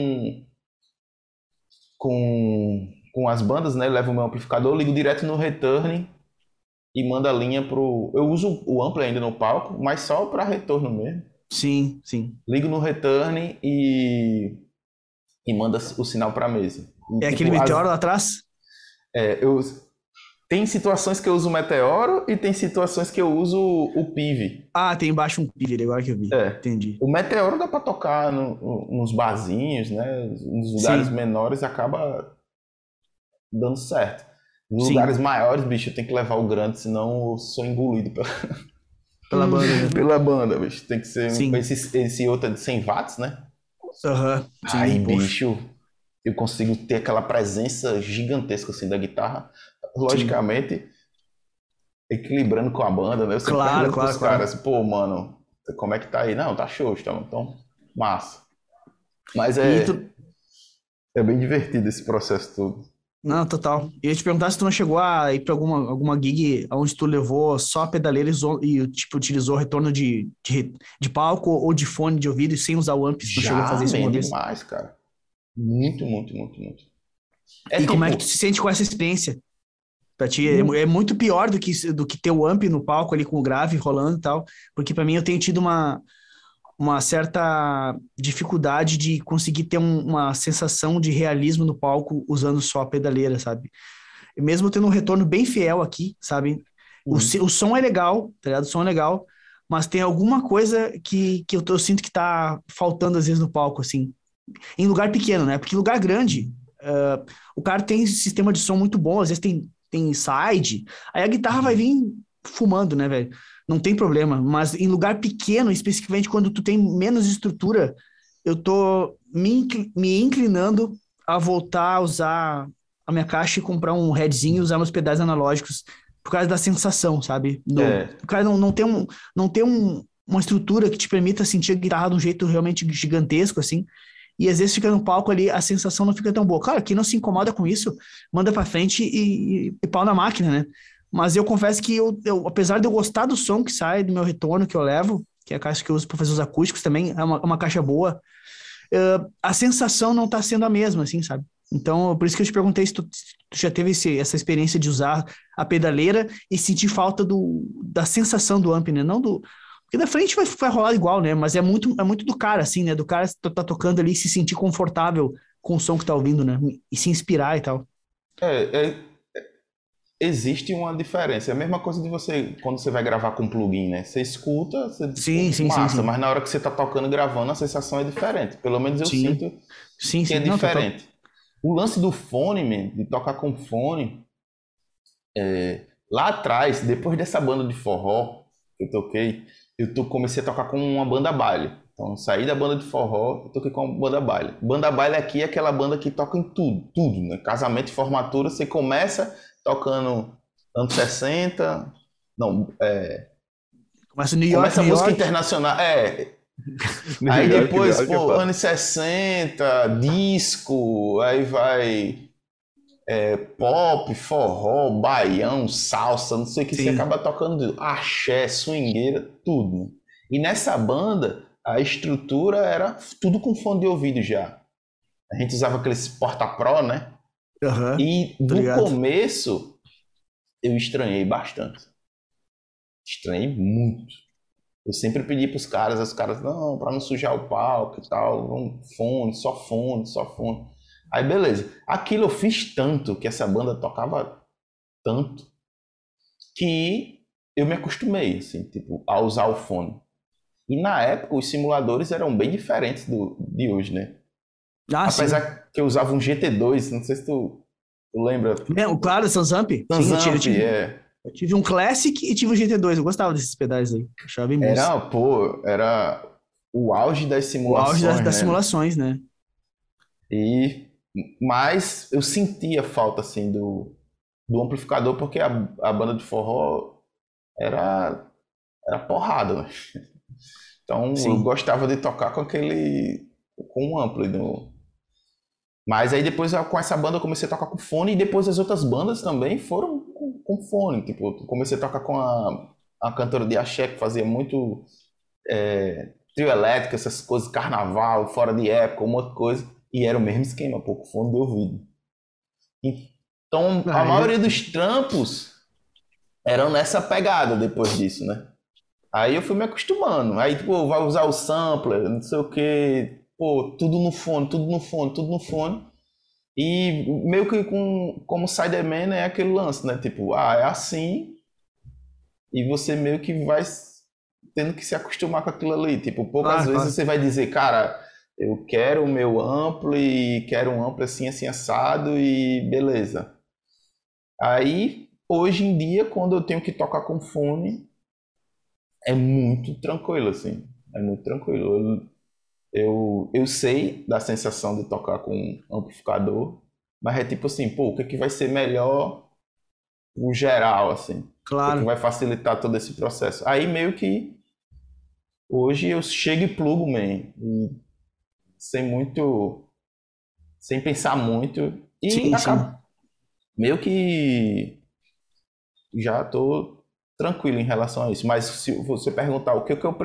com as bandas, né? Eu levo o meu amplificador, ligo direto no return e mando a linha pro. Eu uso o ampli ainda no palco, mas só para retorno mesmo. sim, sim. Ligo no return e manda o sinal para mesa. É E, aquele tipo, meteoro lá atrás? eu, tem situações que eu uso o Meteoro e tem situações que eu uso o Pive. Ah, tem embaixo um pilha agora que eu vi. É. Entendi. O Meteoro dá para tocar nos barzinhos, né? Nos lugares Sim, menores acaba dando certo. Nos lugares sim. maiores, bicho, eu tenho que levar o grande, senão eu sou engolido Pela banda, né? pela banda, bicho. Tem que ser Sim. esse outro é de 100 watts, né? Aham, Aí, sim, poxa. bicho, eu consigo ter aquela presença gigantesca assim da guitarra. Sim. Logicamente, equilibrando com a banda, né? Eu sempre Claro, pergunto pros claro, claro. caras, pô, mano, como é que tá aí? Não, tá show, então, massa. Mas E é, tu. é bem divertido esse processo todo. Não, total. Eu ia te perguntar se tu não chegou a ir pra alguma gig onde tu levou só a pedaleira e tipo, utilizou retorno de palco ou de fone de ouvido e sem usar o amp, se tu não chegou a Já, fazer isso man, alguma vez. demais, cara. Muito, muito, muito, muito. É E como é que tu tipo, se sente com essa experiência? Pra ti é hum, muito pior do que ter o amp no palco ali com o grave rolando e tal, porque pra mim eu tenho tido uma certa dificuldade de conseguir ter uma sensação de realismo no palco usando só a pedaleira, sabe? E mesmo tendo um retorno bem fiel aqui, sabe? O som é legal, tá ligado? O som é legal, mas tem alguma coisa que eu sinto que tá faltando às vezes no palco, assim. Em lugar pequeno, né? Porque em lugar grande, o cara tem sistema de som muito bom, às vezes tem side, aí a guitarra vai vir fumando, né, velho? Não tem problema, mas em lugar pequeno, especificamente quando tu tem menos estrutura, eu tô me inclinando a voltar a usar a minha caixa e comprar um headzinho e usar meus pedais analógicos por causa da sensação, sabe? é, O cara não tem uma estrutura que te permita sentir a guitarra de um jeito realmente gigantesco, assim. E às vezes fica no palco ali, a sensação não fica tão boa. Claro, quem não se incomoda com isso, manda pra frente e pau na máquina, né? Mas eu confesso que apesar de eu gostar do som que sai do meu retorno que eu levo, que é a caixa que eu uso para fazer os acústicos também, é uma caixa boa, a sensação não tá sendo a mesma, assim, sabe? Então, por isso que eu te perguntei se tu já teve essa experiência de usar a pedaleira e sentir falta da sensação do amp, né? Não do. Porque da frente vai rolar igual, né? Mas é muito do cara, assim, né? Do cara tá tocando ali e se sentir confortável com o som que tá ouvindo, né? E se inspirar e tal. é, é, existe uma diferença. É a mesma coisa de você, quando você vai gravar com plugin, né? Você escuta, você diz, Sim, pô, sim, sim, massa, sim. mas na hora que você tá tocando e gravando, a sensação é diferente. Pelo menos eu Sim, sinto sim, que é sim. Não, total. diferente. O lance do fone, man, de tocar com fone, lá atrás, depois dessa banda de forró que eu toquei, comecei a tocar com uma banda baile. Então, eu saí da banda de forró, eu toquei com uma banda baile. Banda baile aqui é aquela banda que toca em tudo, tudo, né? Casamento e formatura, você começa tocando anos 60, não, Começa New York, começa New música York. internacional, New aí York, New depois, York é pô, foda. anos 60, disco, aí vai pop, forró, baião, salsa, não sei o que, você Sim. acaba tocando axé, swingueira, tudo. E nessa banda, a estrutura era tudo com fone de ouvido já. A gente usava aqueles Porta-Pro, né? Aham, E tô no ligado. começo, eu estranhei bastante. Estranhei muito. Eu sempre pedi pros caras, os caras, não, pra não sujar o palco e tal, fone, só fone, só fone. Aí beleza. Aquilo eu fiz tanto, que essa banda tocava tanto, que eu me acostumei, assim, tipo, a usar o fone. E na época os simuladores eram bem diferentes de hoje, né? Ah, sim. Apesar que eu usava um GT2, não sei se tu lembra. Claro, Sansamp? Sim, Tanzamp, eu tive um Classic e tive um GT2. Eu gostava desses pedais aí. Achava bem bons. era o auge das O auge simulações, das né? simulações, né? E, mas eu sentia falta, assim, do amplificador, porque a banda de forró era, era porrada, né? Então eu Sim. gostava de tocar com um ampli. Mas aí depois com essa banda eu comecei a tocar com fone e depois as outras bandas também foram com fone. Tipo, eu comecei a tocar com a cantora de axé que fazia muito trio elétrico, essas coisas, carnaval, fora de época, uma outra coisa. E era o mesmo esquema, pô, com fone de ouvido. Então a Ah, maioria dos trampos eram nessa pegada depois disso, né? Aí eu fui me acostumando. Aí, tipo, vai usar o sampler, não sei o que, pô, tudo no fone, tudo no fone, tudo no fone. E meio que como Sideman é aquele lance, né? Tipo, é assim, e você meio que vai tendo que se acostumar com aquilo ali. Tipo, poucas claro, vezes claro. você vai dizer, cara, eu quero o meu ampli, quero um ampli assim, assim, assado e beleza. Aí, hoje em dia, quando eu tenho que tocar com fone, é muito tranquilo, assim. É muito tranquilo. Eu sei da sensação de tocar com um amplificador, mas é tipo assim, pô, o que é que vai ser melhor no geral, assim? O que é que Claro. vai facilitar todo esse processo? Aí meio que hoje eu chego e plugo, man, e sem muito, sem pensar muito, e Sim, acabo sim. meio que já tô tranquilo em relação a isso. Mas se você perguntar o que é que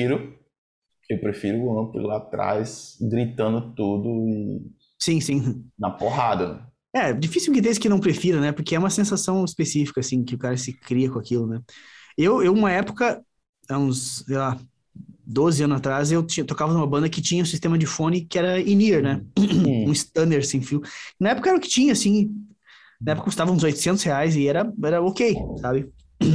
eu prefiro o amplo lá atrás, gritando tudo e Sim, sim. na porrada, né? É, difícil que desse que não prefira, né? Porque é uma sensação específica, assim, que o cara se cria com aquilo, né? Uma época, há uns, sei lá, 12 anos atrás, tocava numa banda que tinha um sistema de fone que era in-ear, né? Um Hum. Standard sem fio. Na época era o que tinha, assim, na época custava uns R$ 800 e era ok, sabe?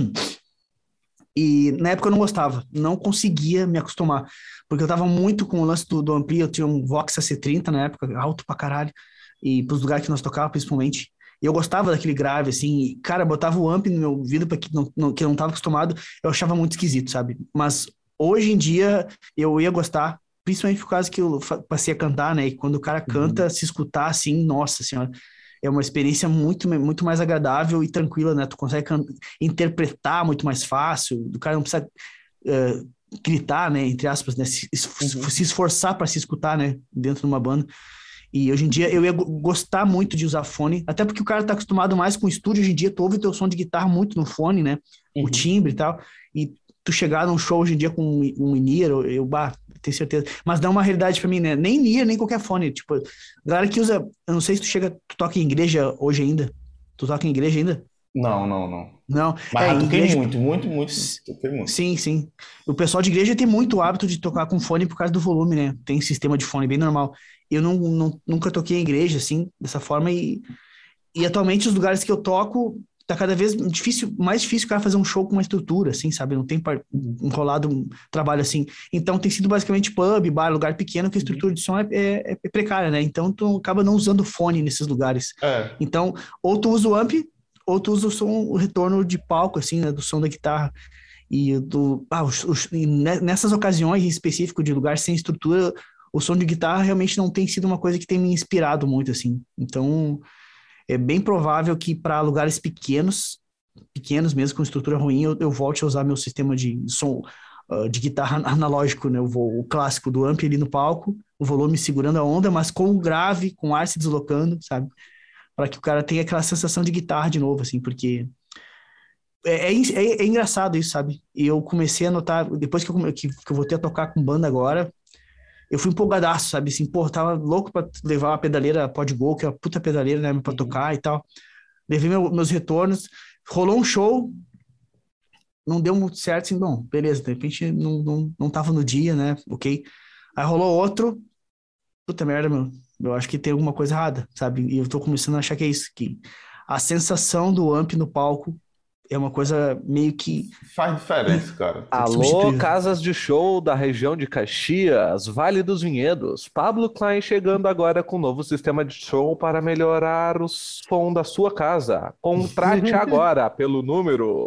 E na época eu não gostava, não conseguia me acostumar, porque eu tava muito com o lance do ampli, eu tinha um Vox AC30 na época, alto pra caralho, e pros lugares que nós tocávamos principalmente, e eu gostava daquele grave, assim, e, cara, botava o amp no meu ouvido pra que eu não tava acostumado, eu achava muito esquisito, sabe? Mas hoje em dia eu ia gostar, principalmente por causa que eu passei a cantar, né? E quando o cara canta, Uhum. se escutar assim, nossa senhora, é uma experiência muito mais agradável e tranquila, né? Tu consegue interpretar muito mais fácil, o cara não precisa uh, gritar, né, entre aspas, né, se Uhum. esforçar para se escutar, né, dentro de uma banda. E hoje em dia eu ia gostar muito de usar fone, até porque o cara tá acostumado mais com o estúdio, hoje em dia tu ouve o teu som de guitarra muito no fone, né, o Uhum. timbre e tal, e tu chegar num show hoje em dia com um in-ear, tenho certeza, mas dá uma realidade para mim, né, nem in-ear, nem qualquer fone, tipo, galera que usa, eu não sei se tu toca em igreja hoje ainda, tu toca em igreja ainda? Não, não, não. Não, Mas já em toquei igreja. muito, muito, muito. Toquei muito. Sim, sim. O pessoal de igreja tem muito hábito de tocar com fone por causa do volume, né? Tem sistema de fone bem normal. Eu nunca toquei em igreja assim, dessa forma, e atualmente os lugares que eu toco, tá cada vez mais difícil o cara fazer um show com uma estrutura, assim, sabe? Não tem Uhum. enrolado um trabalho assim. Então tem sido basicamente pub, bar, lugar pequeno que a Uhum. estrutura de som é precária, né? Então tu acaba não usando fone nesses lugares. É. Então, ou tu usa o amp, ou tu usa o retorno de palco, assim, né? Do som da guitarra. Nessas ocasiões em específico de lugar sem estrutura, o som de guitarra realmente não tem sido uma coisa que tem me inspirado muito, assim. Então, é bem provável que para lugares pequenos mesmo, com estrutura ruim, eu volte a usar meu sistema de som de guitarra analógico, né? O clássico do amp ali no palco, o volume segurando a onda, mas com o grave, com o ar se deslocando, sabe? para que o cara tenha aquela sensação de guitarra de novo, assim, porque é engraçado isso, sabe? E eu comecei a notar, depois que eu voltei a tocar com banda agora, eu fui empolgadaço, sabe? Assim, pô, tava louco pra levar uma pedaleira Podgo, que é uma puta pedaleira, né, pra tocar e tal. Levei meus retornos, rolou um show, não deu muito certo, assim, bom, beleza, de repente não tava no dia, né, ok. Aí rolou outro, puta merda, meu, eu acho que tem alguma coisa errada, sabe? E eu tô começando a achar que é isso, que a sensação do amp no palco é uma coisa meio que Faz diferença, cara. Alô, substituível. casas de show da região de Caxias, Vale dos Vinhedos. Pablo Klein chegando agora com um novo sistema de show para melhorar o som da sua casa. Contrate agora pelo número.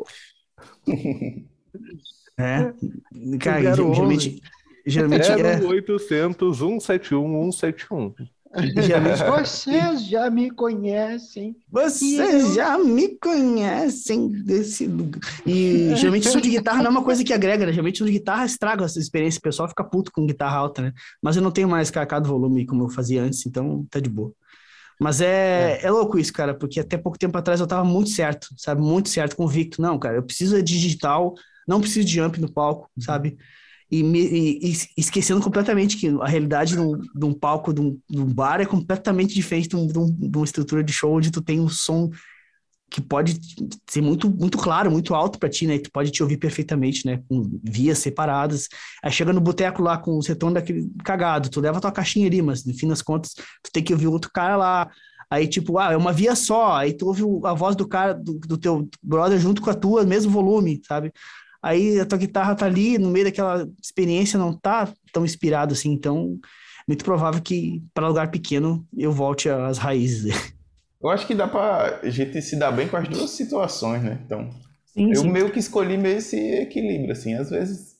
É, cara, 011. geralmente 0800 171 171. geralmente Vocês já me conhecem. vocês já me conhecem desse lugar. E geralmente som de guitarra não é uma coisa que agrega, né? Geralmente som de guitarra estraga essa experiência, o pessoal fica puto com guitarra alta, né? Mas eu não tenho mais carcado volume como eu fazia antes, então tá de boa. Mas é louco isso, cara, porque até pouco tempo atrás eu tava muito certo, sabe? Muito certo, convicto. Não, cara, eu preciso de digital, não preciso de amp no palco, sabe? E esquecendo completamente que a realidade de um palco, de um bar é completamente diferente de uma estrutura de show onde tu tem um som que pode ser muito, muito claro, muito alto pra ti, né? Tu pode te ouvir perfeitamente, né? Com vias separadas. Aí chega no boteco lá com o retorno daquele cagado, tu leva tua caixinha ali, mas no fim das contas, tu tem que ouvir outro cara lá. Aí, tipo, é uma via só. Aí tu ouve a voz do cara, do teu brother junto com a tua, mesmo volume, sabe? Aí a tua guitarra tá ali, no meio daquela experiência, não tá tão inspirado assim. Então, muito provável que para lugar pequeno eu volte às raízes. Eu acho que dá pra gente se dar bem com as duas situações, né? Então, Sim, eu sim. meio que escolhi meio esse equilíbrio, assim. Às vezes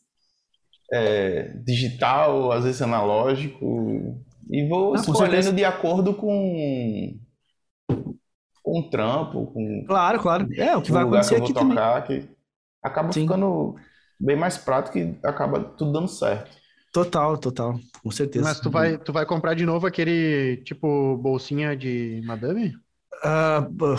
digital, às vezes analógico. E vou Com escolhendo certeza. de acordo com o trampo, com Claro, claro. É, o que o vai lugar que acontecer eu vou aqui também. tocar, que acaba Sim. ficando bem mais prático e acaba tudo dando certo. Total, total, com certeza. Mas tu vai comprar de novo aquele tipo bolsinha de madame? Pô,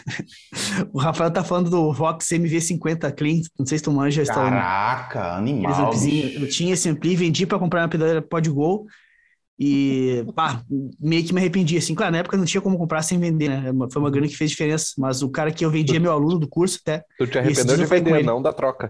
o Rafael tá falando do Vox MV50 Clean, não sei se tu manja Caraca, aqueles animal, ampzinhos. Eu bicho. tinha esse ampli, vendi pra comprar uma pedaleira Podgo e, pá, meio que me arrependi, assim. Claro, na época não tinha como comprar sem vender, né? Foi uma grana que fez diferença, mas o cara que eu vendi é meu aluno do curso até, Tu te e esses arrependeu dias de eu falei com vender, ele. não da troca.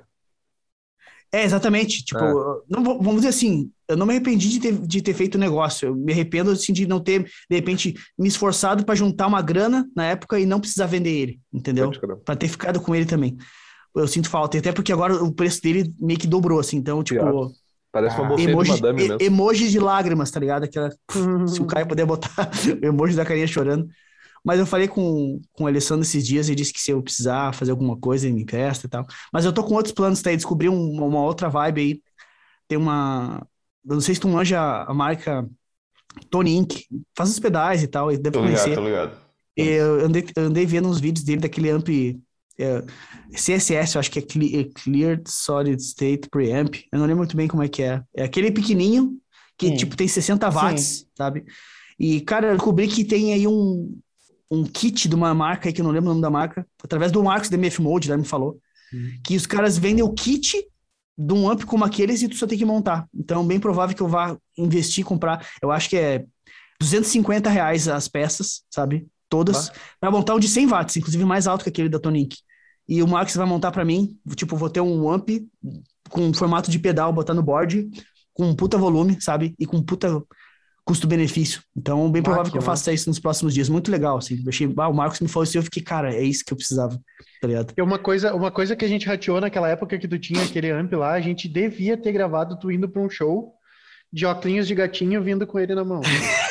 Exatamente. Tipo, Ah, não, vamos dizer assim, eu não me arrependi de ter feito o negócio. Eu me arrependo, assim, de não ter, de repente, me esforçado para juntar uma grana na época e não precisar vender ele, pode entendeu? crer. Para ter ficado com ele também. Eu sinto falta. E até porque agora o preço dele meio que dobrou, assim. Então, Pior. tipo, Parece uma Caraca. bolsinha de madame mesmo. emojis de lágrimas, tá ligado? Aquela, se o Caio puder botar o emoji da carinha chorando. Mas eu falei com o Alessandro esses dias e disse que se eu precisar fazer alguma coisa, ele me empresta e tal. Mas eu tô com outros planos, tá? Descobri uma outra vibe aí. Tem uma. Eu não sei se tu manja a marca Tony Inc. Faz os pedais e tal, e deve Tô ligado, conhecer. tô ligado. Eu andei vendo uns vídeos dele daquele amp CSS, eu acho que é Cleared Solid State Preamp. Eu não lembro muito bem como é que é. É aquele pequenininho que, tipo, tem 60 watts, Sim. sabe? E, cara, eu descobri que tem aí um kit de uma marca aí, que eu não lembro o nome da marca, através do Marcos da MF Mode, lá me falou, que os caras vendem o kit de um amp como aqueles e tu só tem que montar. Então, bem provável que eu vá investir e comprar. Eu acho que é R$ 250 as peças, sabe? Todas. Pra montar um de 100 watts, inclusive mais alto que aquele da Tonic. E o Marcos vai montar pra mim, tipo, vou ter um amp com formato de pedal, botar no board, com um puta volume, sabe? E com puta custo-benefício. Então, bem provável que eu faça isso nos próximos dias. Muito legal, assim. Eu achei, o Marcos me falou isso e eu fiquei, cara, é isso que eu precisava, tá ligado? E uma coisa que a gente rateou naquela época que tu tinha aquele amp lá, a gente devia ter gravado tu indo pra um show de óculos de gatinho vindo com ele na mão.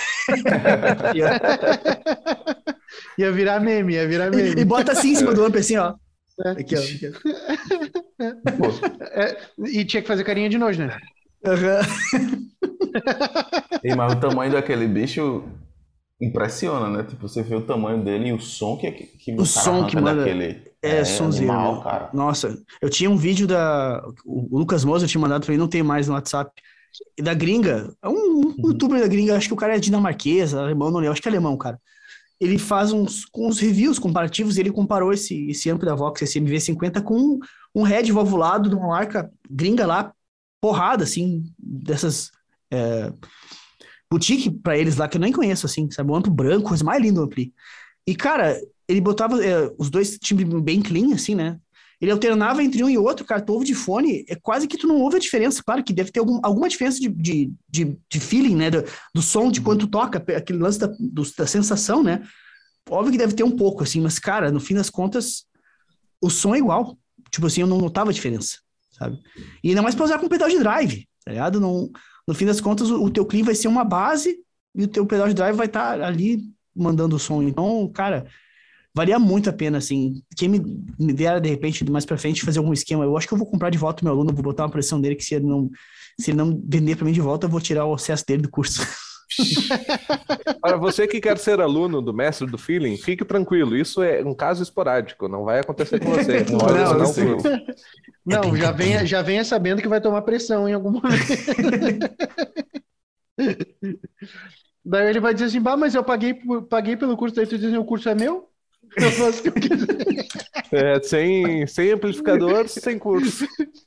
Ia virar meme, ia virar E meme. bota assim em cima do amp, assim, ó. Aqui, ó. E tinha que fazer carinha de nojo, né? Ei, mas o tamanho daquele bicho impressiona, né? Tipo, você vê o tamanho dele e o som que o O cara som arranca que manda daquele. é sonzeiro, animal, meu. cara. Nossa, eu tinha um vídeo o Lucas Moza tinha mandado pra mim, não tem mais no WhatsApp, da gringa, é um youtuber da gringa, acho que o cara é dinamarquesa, alemão, não lembro, acho que é alemão, cara. ele faz uns reviews comparativos, e ele comparou esse amplo da Vox, esse MV50, com um head valvulado de uma marca gringa lá, porrada, assim, dessas boutique pra eles lá, que eu nem conheço, assim, sabe? Um amplo branco, coisa mais linda o ampli. E, cara, ele botava os dois timbres bem clean, assim, né? Ele alternava entre um e outro, cara, tu ouve de fone, é quase que tu não ouve a diferença. Claro que deve ter alguma diferença de feeling, né? Do som, de quando tu toca, aquele lance da sensação, né? Óbvio que deve ter um pouco, assim, mas, cara, no fim das contas, o som é igual. Tipo assim, eu não notava a diferença, sabe? E ainda mais pra usar com pedal de drive, tá ligado? Não, no fim das contas, o teu clean vai ser uma base e o teu pedal de drive vai estar ali mandando o som. Então, cara, valia muito a pena, assim. Quem me dera, de repente, mais pra frente, fazer algum esquema. Eu acho que eu vou comprar de volta o meu aluno, vou botar uma pressão dele que se ele não vender pra mim de volta, eu vou tirar o acesso dele do curso. Para você que quer ser aluno do mestre do feeling, fique tranquilo. Isso é um caso esporádico, não vai acontecer com você. Não vai acontecer. Não, já venha sabendo que vai tomar pressão em algum momento. Daí ele vai dizer assim, bah, mas eu paguei pelo curso, daí tu diz, o curso é meu? Eu faço o que eu quiser. Sem amplificador, sem curso.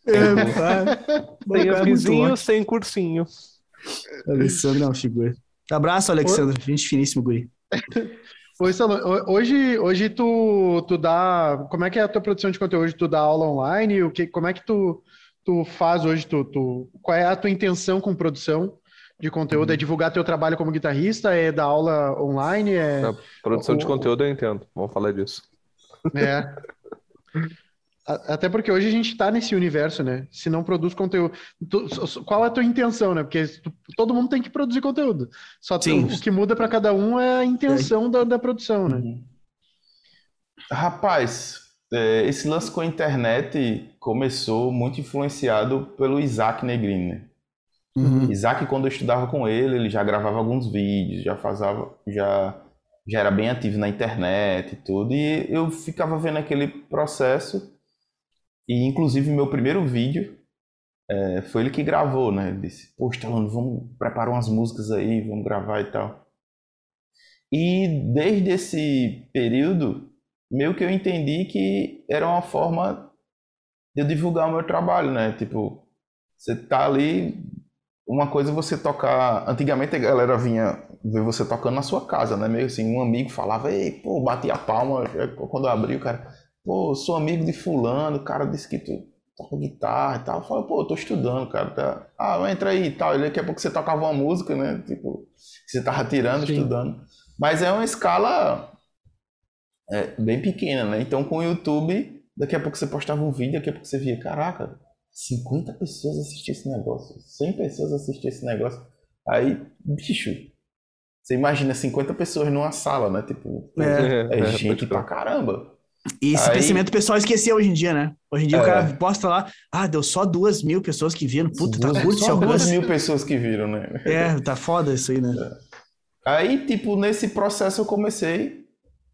Sem amplizinho, sem cursinho. Alexandre é uma figura. Abraço, Alexandre. Gente finíssimo, guri. Oi, Salão. Hoje tu dá... Como é que é a tua produção de conteúdo? Hoje tu dá aula online? Como é que tu faz hoje? Qual é a tua intenção com produção de conteúdo? É divulgar teu trabalho como guitarrista? É dar aula online? A produção de conteúdo eu entendo. Vamos falar disso. É. Até porque hoje a gente tá nesse universo, né? Se não produz conteúdo... Qual é a tua intenção, né? Porque todo mundo tem que produzir conteúdo. Só o que muda para cada um é a intenção da produção, né? Rapaz, esse lance com a internet começou muito influenciado pelo Isaac Negrini, né? Isaac, quando eu estudava com ele já gravava alguns vídeos, já era bem ativo na internet e tudo, e eu ficava vendo aquele processo, e inclusive meu primeiro vídeo foi ele que gravou, né? Ele disse, poxa, Talano, vamos preparar umas músicas aí, vamos gravar e tal. E desde esse período, meio que eu entendi que era uma forma de eu divulgar o meu trabalho, né? Tipo, você tá ali, uma coisa é você tocar... Antigamente a galera vinha ver você tocando na sua casa, né? Meio assim, um amigo falava, ei, pô, batia a palma. Quando eu abri, o cara, pô, sou amigo de fulano, o cara disse que tu toca guitarra e tal. Eu falei, pô, eu tô estudando, cara. Tá... Ah, entra aí e tal. E daqui a pouco você tocava uma música, né? Tipo, você tava tirando, estudando. Mas é uma escala bem pequena, né? Então com o YouTube, daqui a pouco você postava um vídeo, daqui a pouco você via, caraca, 50 pessoas assistiam esse negócio, 100 pessoas assistiam esse negócio. Aí, bicho, você imagina 50 pessoas numa sala, né? Tipo, gente pra caramba. E esse pensamento o pessoal esqueceu hoje em dia, né? Hoje em dia o cara posta lá, deu só 2.000 pessoas que viram. Puta, tá curto esse alcance. 2.000 pessoas que viram, né? Tá foda isso aí, né? Aí, tipo, nesse processo eu comecei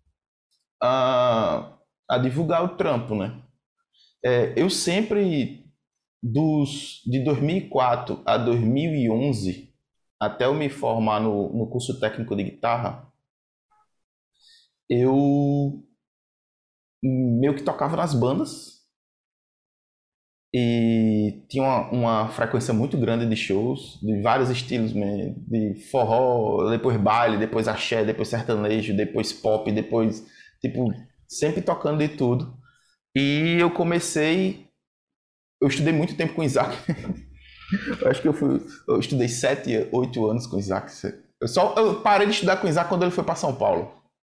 a divulgar o trampo, né? Eu sempre, de 2004 a 2011, até eu me formar no curso técnico de guitarra, eu meio que tocava nas bandas e tinha uma frequência muito grande de shows, de vários estilos, de forró, depois baile, depois axé, depois sertanejo, depois pop, depois, tipo, sempre tocando de tudo. E eu estudei muito tempo com o Isaac. Eu acho que eu estudei 7, 8 anos com o Isaac. Eu parei de estudar com o Isaac quando ele foi para São Paulo.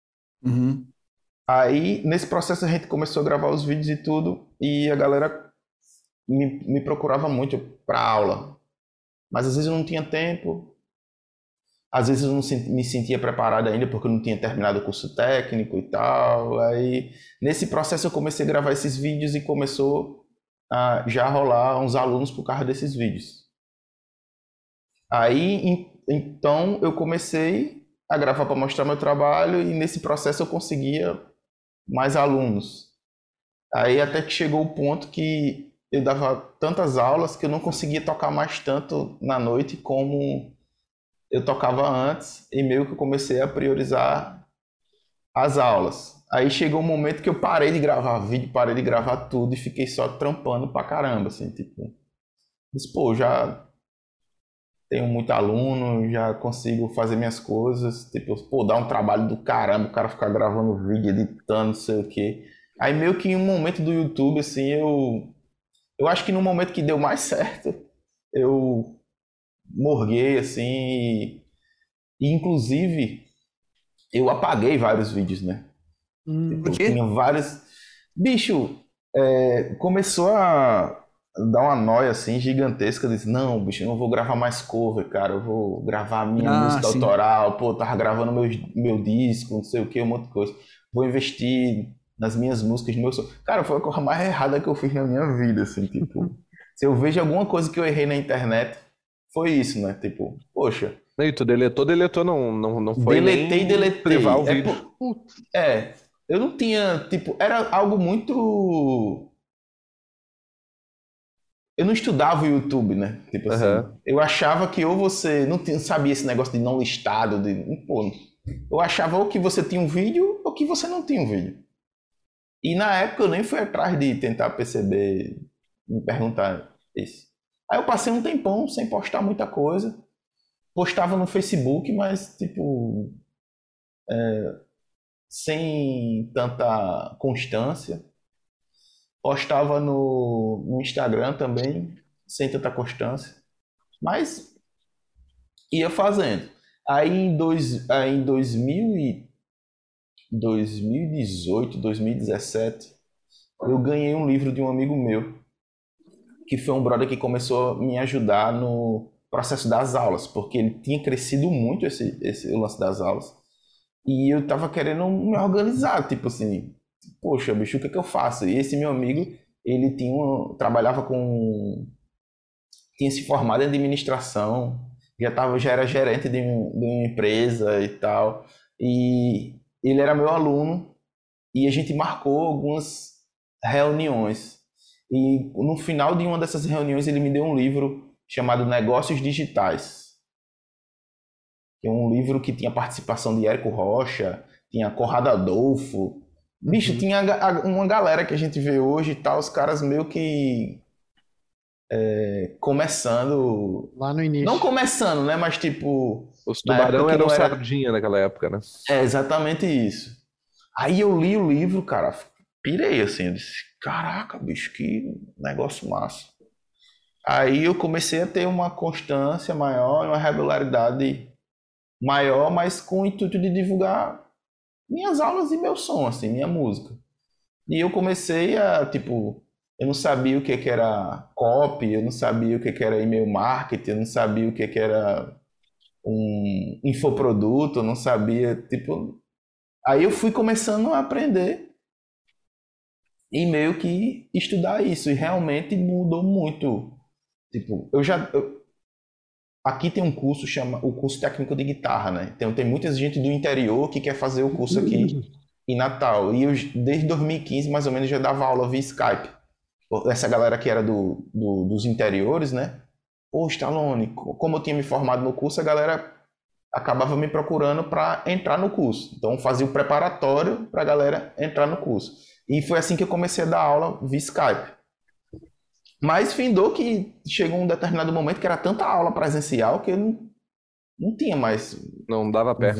Aí, nesse processo, a gente começou a gravar os vídeos e tudo, e a galera me procurava muito para aula. Mas às vezes eu não tinha tempo, às vezes eu não me sentia preparado ainda porque eu não tinha terminado o curso técnico e tal. Aí, nesse processo, eu comecei a gravar esses vídeos e começou a já rolar uns alunos por causa desses vídeos. Aí, então, eu comecei a gravar para mostrar meu trabalho e nesse processo eu conseguia mais alunos. Aí até que chegou o ponto que eu dava tantas aulas que eu não conseguia tocar mais tanto na noite como eu tocava antes, e meio que eu comecei a priorizar as aulas. Aí chegou um momento que eu parei de gravar vídeo, parei de gravar tudo e fiquei só trampando pra caramba, assim, tipo. Disse, pô, já tenho muito aluno, já consigo fazer minhas coisas, tipo, pô, dá um trabalho do caramba, o cara ficar gravando vídeo, editando, não sei o quê. Aí meio que em um momento do YouTube, assim, eu acho que no momento que deu mais certo, eu morguei, assim, e inclusive eu apaguei vários vídeos, né? Por Tipo, eu quê? tinha vários. Bicho, começou a dar uma noia assim gigantesca. Eu disse, não, bicho, eu não vou gravar mais cover, cara. Eu vou gravar minha Ah, música sim. autoral. Pô, eu tava gravando meu disco, não sei o que, um monte de coisa. Vou investir nas minhas músicas, no meu som. Cara, foi a coisa mais errada que eu fiz na minha vida, assim, tipo. Se eu vejo alguma coisa que eu errei na internet, foi isso, né? Tipo, poxa, E tu deletou, não foi deletei, nem privar deletei. o vídeo. É, eu não tinha, tipo, era algo muito. Eu não estudava o YouTube, né? Tipo assim, Aham. eu achava que ou você não sabia esse negócio de não listado, pô, eu achava ou que você tinha um vídeo ou que você não tinha um vídeo. E na época eu nem fui atrás de tentar perceber, me perguntar isso. Aí eu passei um tempão sem postar muita coisa. Postava no Facebook, mas tipo, sem tanta constância. Postava no Instagram também, sem tanta constância. Mas ia fazendo. Aí em 2018, 2017, eu ganhei um livro de um amigo meu, que foi um brother que começou a me ajudar no processo das aulas, porque ele tinha crescido muito esse lance das aulas. E eu tava querendo me organizar, tipo assim, poxa, bicho, o que é que eu faço? E esse meu amigo, ele trabalhava com tinha se formado em administração, já era gerente de uma empresa e tal. E ele era meu aluno e a gente marcou algumas reuniões. E no final de uma dessas reuniões ele me deu um livro chamado Negócios Digitais, que é um livro que tinha participação de Érico Rocha, tinha Conrado Adolfo. Bicho, Uhum. tinha uma galera que a gente vê hoje e tal, os caras meio que começando. Lá no Não início. começando, né? Mas tipo, Os na época tubarão que eram não era. sardinha naquela época, né? É exatamente isso. Aí eu li o livro, cara, pirei assim, eu disse, caraca, bicho, que negócio massa. Aí eu comecei a ter uma constância maior, uma regularidade maior, mas com o intuito de divulgar minhas aulas e meu som, assim, minha música. E eu comecei a, tipo, eu não sabia o que que era copy, eu não sabia o que que era e-mail marketing, eu não sabia o que que era um infoproduto, eu não sabia, tipo. Aí eu fui começando a aprender e meio que estudar isso, e realmente mudou muito. Tipo, aqui tem um curso, chama o curso técnico de guitarra, né? Então tem muita gente do interior que quer fazer o curso aqui em Natal. E eu, desde 2015, mais ou menos, já dava aula via Skype. Essa galera que era dos interiores, né? Pô, Stallone, como eu tinha me formado no curso, a galera acabava me procurando para entrar no curso. Então fazia o preparatório para a galera entrar no curso. E foi assim que eu comecei a dar aula via Skype. Mas findou que chegou um determinado momento que era tanta aula presencial que eu não tinha mais. Não dava pé.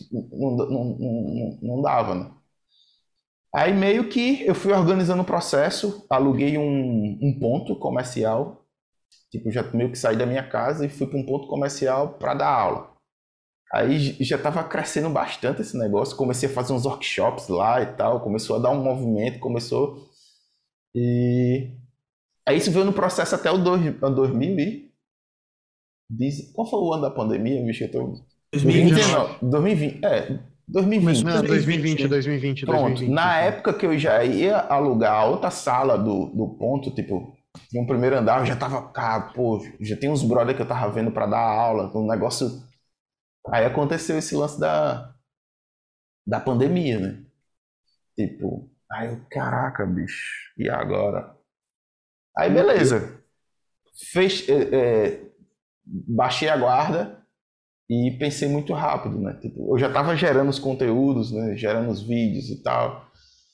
Não dava, né? Aí meio que eu fui organizando o processo, aluguei um ponto comercial, tipo, já meio que saí da minha casa e fui para um ponto comercial para dar aula. Aí já estava crescendo bastante esse negócio, comecei a fazer uns workshops lá e tal, começou a dar um movimento, começou. E aí isso veio no processo até o 2000 e. Qual foi o ano da pandemia, bicho? Eu tô. 2020. 19. 2019, 2020, Começou 2020. em Não, 2020, 2020, né? 2020, Pronto, 2020, na isso aí. época que eu já ia alugar outra sala do ponto, tipo, tinha um primeiro andar, eu já tava, cara, pô, já tem uns brother que eu tava vendo para dar aula, um negócio. Aí aconteceu esse lance da pandemia, né? Tipo, aí eu, caraca, bicho, e agora? Aí beleza, fez, baixei a guarda, E pensei muito rápido, né? Tipo, eu já estava gerando os conteúdos, né? Gerando os vídeos e tal.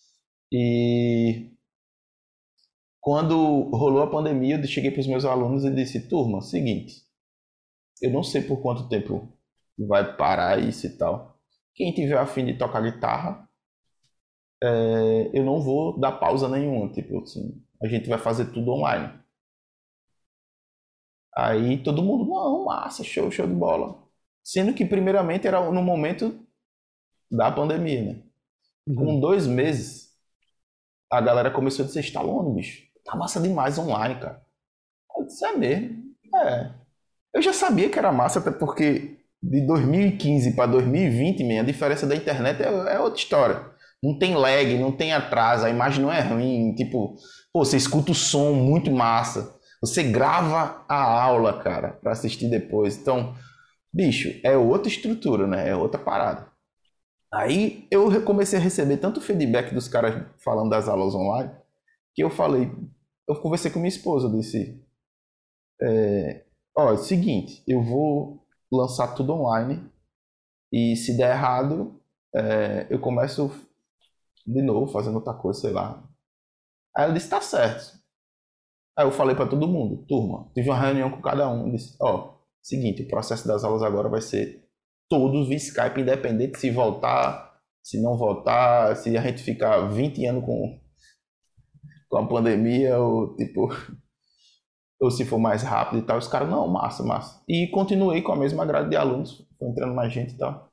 E quando rolou a pandemia, eu cheguei para os meus alunos e disse: turma, seguinte, eu não sei por quanto tempo vai parar isso e tal. Quem tiver a fim de tocar guitarra, eu não vou dar pausa nenhuma. Tipo assim, a gente vai fazer tudo online. Aí todo mundo, não, massa, show, show de bola. Sendo que primeiramente era no momento da pandemia, né? Com 2 meses, a galera começou a dizer, Stallone, bicho, tá massa demais online, cara. Eu disse, é mesmo? É. Eu já sabia que era massa, até porque de 2015 para 2020, a diferença da internet é outra história. Não tem lag, não tem atraso, a imagem não é ruim, tipo, pô, você escuta o som muito massa. Você grava a aula, cara, para assistir depois. Então, bicho, é outra estrutura, né? É outra parada. Aí eu comecei a receber tanto feedback dos caras falando das aulas online, que eu conversei com minha esposa, eu disse, ó, é o seguinte, eu vou lançar tudo online e se der errado, eu começo de novo fazendo outra coisa, sei lá. Aí ela disse, tá certo. Aí eu falei para todo mundo, turma, tive uma reunião com cada um, disse, ó, seguinte, o processo das aulas agora vai ser todos via Skype, independente se voltar, se não voltar, se a gente ficar 20 anos com a pandemia, ou tipo, ou se for mais rápido e tal. Os caras, não, massa, massa. E continuei com a mesma grade de alunos, foi entrando mais gente e tal.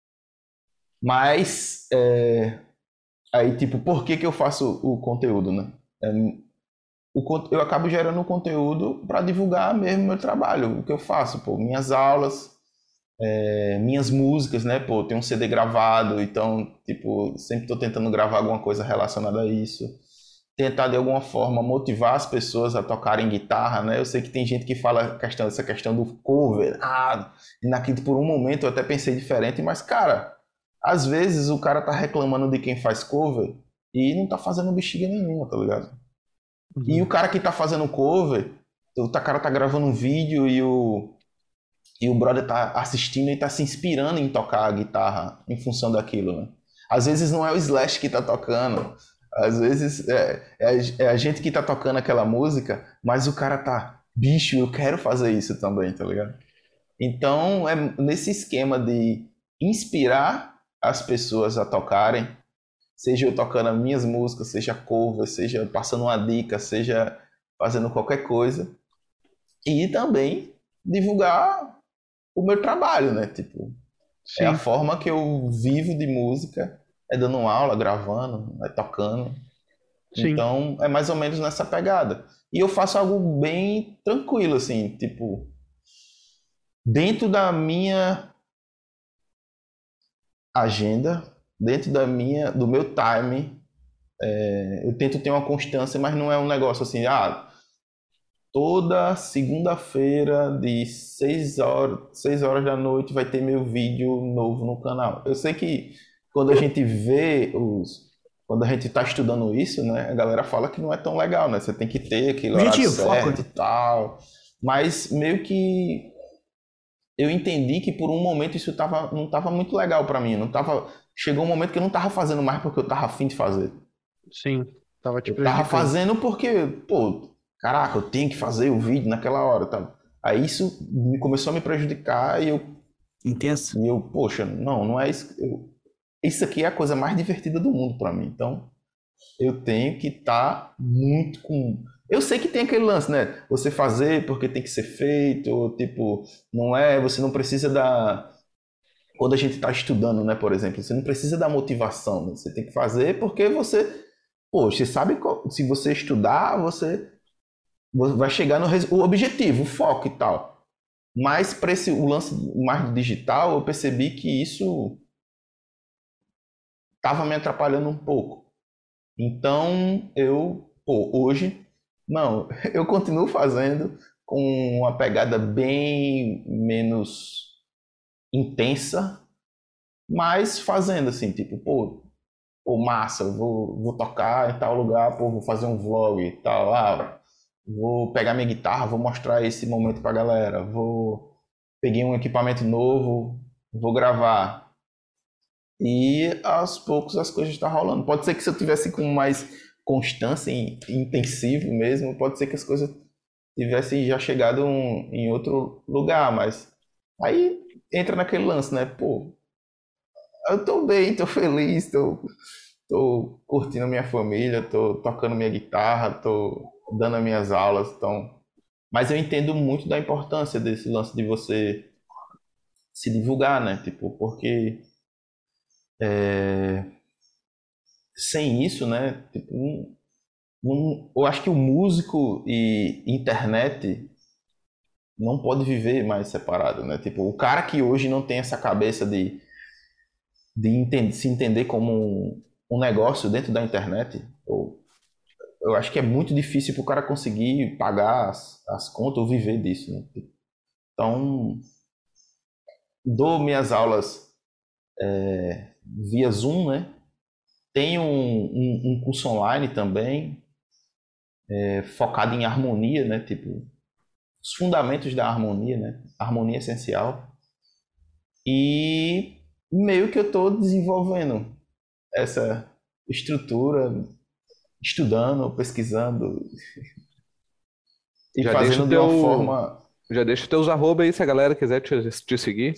Mas, aí, tipo, por que que eu faço o conteúdo, né? Eu acabo gerando conteúdo para divulgar mesmo meu trabalho, o que eu faço, pô, minhas aulas, minhas músicas, né, pô, tem um CD gravado, então, tipo, sempre estou tentando gravar alguma coisa relacionada a isso, tentar de alguma forma motivar as pessoas a tocarem guitarra, né, eu sei que tem gente que fala essa questão do cover, e naquilo por um momento eu até pensei diferente, mas, cara, às vezes o cara tá reclamando de quem faz cover e não tá fazendo bexiga nenhuma, tá ligado? E o cara que tá fazendo cover, o cara tá gravando um vídeo e o brother tá assistindo e tá se inspirando em tocar a guitarra em função daquilo, né? Às vezes não é o Slash que tá tocando, às vezes é a gente que tá tocando aquela música, mas o cara tá, bicho, eu quero fazer isso também, tá ligado? Então é nesse esquema de inspirar as pessoas a tocarem, seja eu tocando as minhas músicas, seja cover, seja passando uma dica, seja fazendo qualquer coisa, e também divulgar o meu trabalho, né? Tipo, é a Sim, forma que eu vivo de música, é dando aula, gravando, tocando. sim, Então, é mais ou menos nessa pegada. E eu faço algo bem tranquilo, assim, tipo, dentro da minha agenda, dentro do meu time, eu tento ter uma constância, mas não é um negócio assim, toda segunda-feira de 6 horas da noite vai ter meu vídeo novo no canal. Eu sei que quando a gente vê quando a gente está estudando isso, né, a galera fala que não é tão legal, né? Você tem que ter aquele horário Objetivo, foco, certo e né? tal. Mas meio que eu entendi que por um momento isso não estava muito legal para mim. Não tava, chegou um momento que eu não estava fazendo mais porque eu estava afim de fazer. sim. Tava te Eu tava prejudicando. fazendo porque, pô, caraca, eu tenho que fazer o vídeo naquela hora, tá? Aí isso me começou a me prejudicar Intenso. poxa, não é isso. Isso aqui é a coisa mais divertida do mundo pra mim. Então, eu tenho que estar muito com. Eu sei que tem aquele lance, né? Você fazer porque tem que ser feito, ou tipo, não é, você não precisa da. Quando a gente está estudando, né, por exemplo, você não precisa da motivação, né? Você tem que fazer porque poxa, você sabe, se você estudar, você vai chegar no o objetivo, o foco e tal. Mas para o lance mais digital, eu percebi que isso estava me atrapalhando um pouco. Então hoje, não, eu continuo fazendo com uma pegada bem menos intensa, mas fazendo assim, tipo, pô, massa, vou tocar em tal lugar, pô, vou fazer um vlog e tal, vou pegar minha guitarra, vou mostrar esse momento pra galera, vou peguei um equipamento novo, vou gravar. E aos poucos as coisas estão rolando. Pode ser que se eu tivesse com mais constância e intensivo mesmo, pode ser que as coisas tivessem já chegado em outro lugar, mas aí entra naquele lance, né? Pô, eu tô bem, tô feliz, tô curtindo minha família, tô tocando minha guitarra, tô dando as minhas aulas, então... Mas eu entendo muito da importância desse lance de você se divulgar, né? Tipo, porque sem isso, né? Tipo, eu acho que o músico e internet não pode viver mais separado, né? Tipo, o cara que hoje não tem essa cabeça de se entender como um negócio dentro da internet, eu acho que é muito difícil para o cara conseguir pagar as contas ou viver disso, né? Então, dou minhas aulas via Zoom, né? Tenho um curso online também, focado em harmonia, né? Tipo, os fundamentos da harmonia, né? Harmonia essencial. E meio que eu estou desenvolvendo essa estrutura, estudando, pesquisando e Já deixa fazendo de uma forma... Já deixa teus arroba aí se a galera quiser te seguir.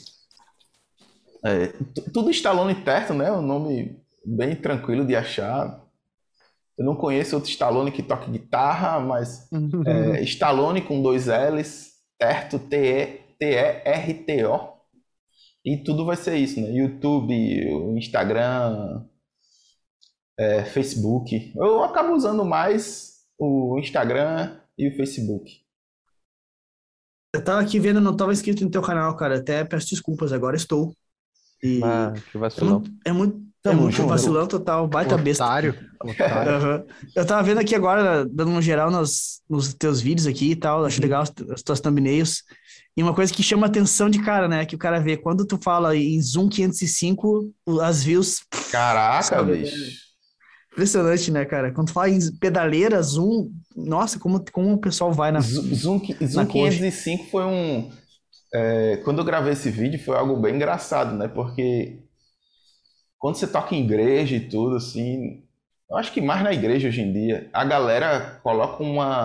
Tudo Stallone Terto, né? Um nome bem tranquilo de achar. Eu não conheço outro Stallone que toque guitarra, mas Stallone com 2 L's, Terto, Terto. E tudo vai ser isso, né? YouTube, Instagram, Facebook. Eu acabo usando mais o Instagram e o Facebook. Eu tava aqui vendo, não tava inscrito no teu canal, cara. Até peço desculpas, agora estou. E Que vacilão. é muito Tamo junto. vacilão total, baita besta. Otário. Uhum. Eu tava vendo aqui agora, dando um geral nos teus vídeos aqui e tal, acho legal as tuas thumbnails. E uma coisa que chama atenção de cara, né? Que o cara vê, quando tu fala em Zoom 505, as views... Caraca, sabe, bicho. impressionante, né, cara? Quando tu fala em pedaleira, Zoom, nossa, como o pessoal vai na Zoom na 505 foi quando eu gravei esse vídeo foi algo bem engraçado, né? Porque quando você toca em igreja e tudo, assim, eu acho que mais na igreja hoje em dia, a galera coloca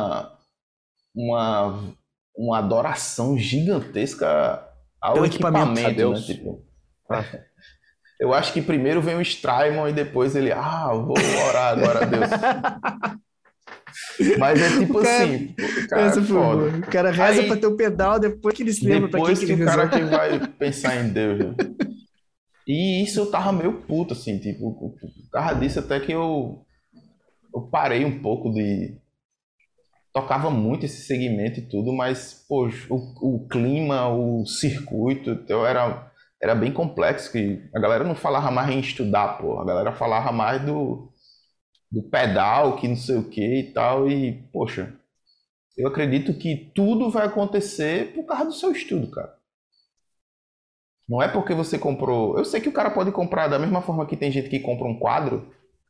uma adoração gigantesca ao Pelo equipamento, equipamento. A Deus. né? Tipo, eu acho que primeiro vem o Strymon e depois ele, vou orar agora a Deus. Mas é tipo assim, o cara Essa é foi foda. boa. O cara reza Aí, pra ter o pedal, depois que ele se lembra pra quem depois que que ele o cara rezou. que vai pensar em Deus, né? E isso eu tava meio puto, assim, tipo, por causa disso até que eu parei um pouco de... Tocava muito esse segmento e tudo, mas, poxa, o clima, o circuito, então era bem complexo, que a galera não falava mais em estudar, pô, a galera falava mais do pedal, que não sei o que e tal, e, poxa, eu acredito que tudo vai acontecer por causa do seu estudo, cara. Não é porque você comprou... Eu sei que o cara pode comprar da mesma forma que tem gente que compra um quadro.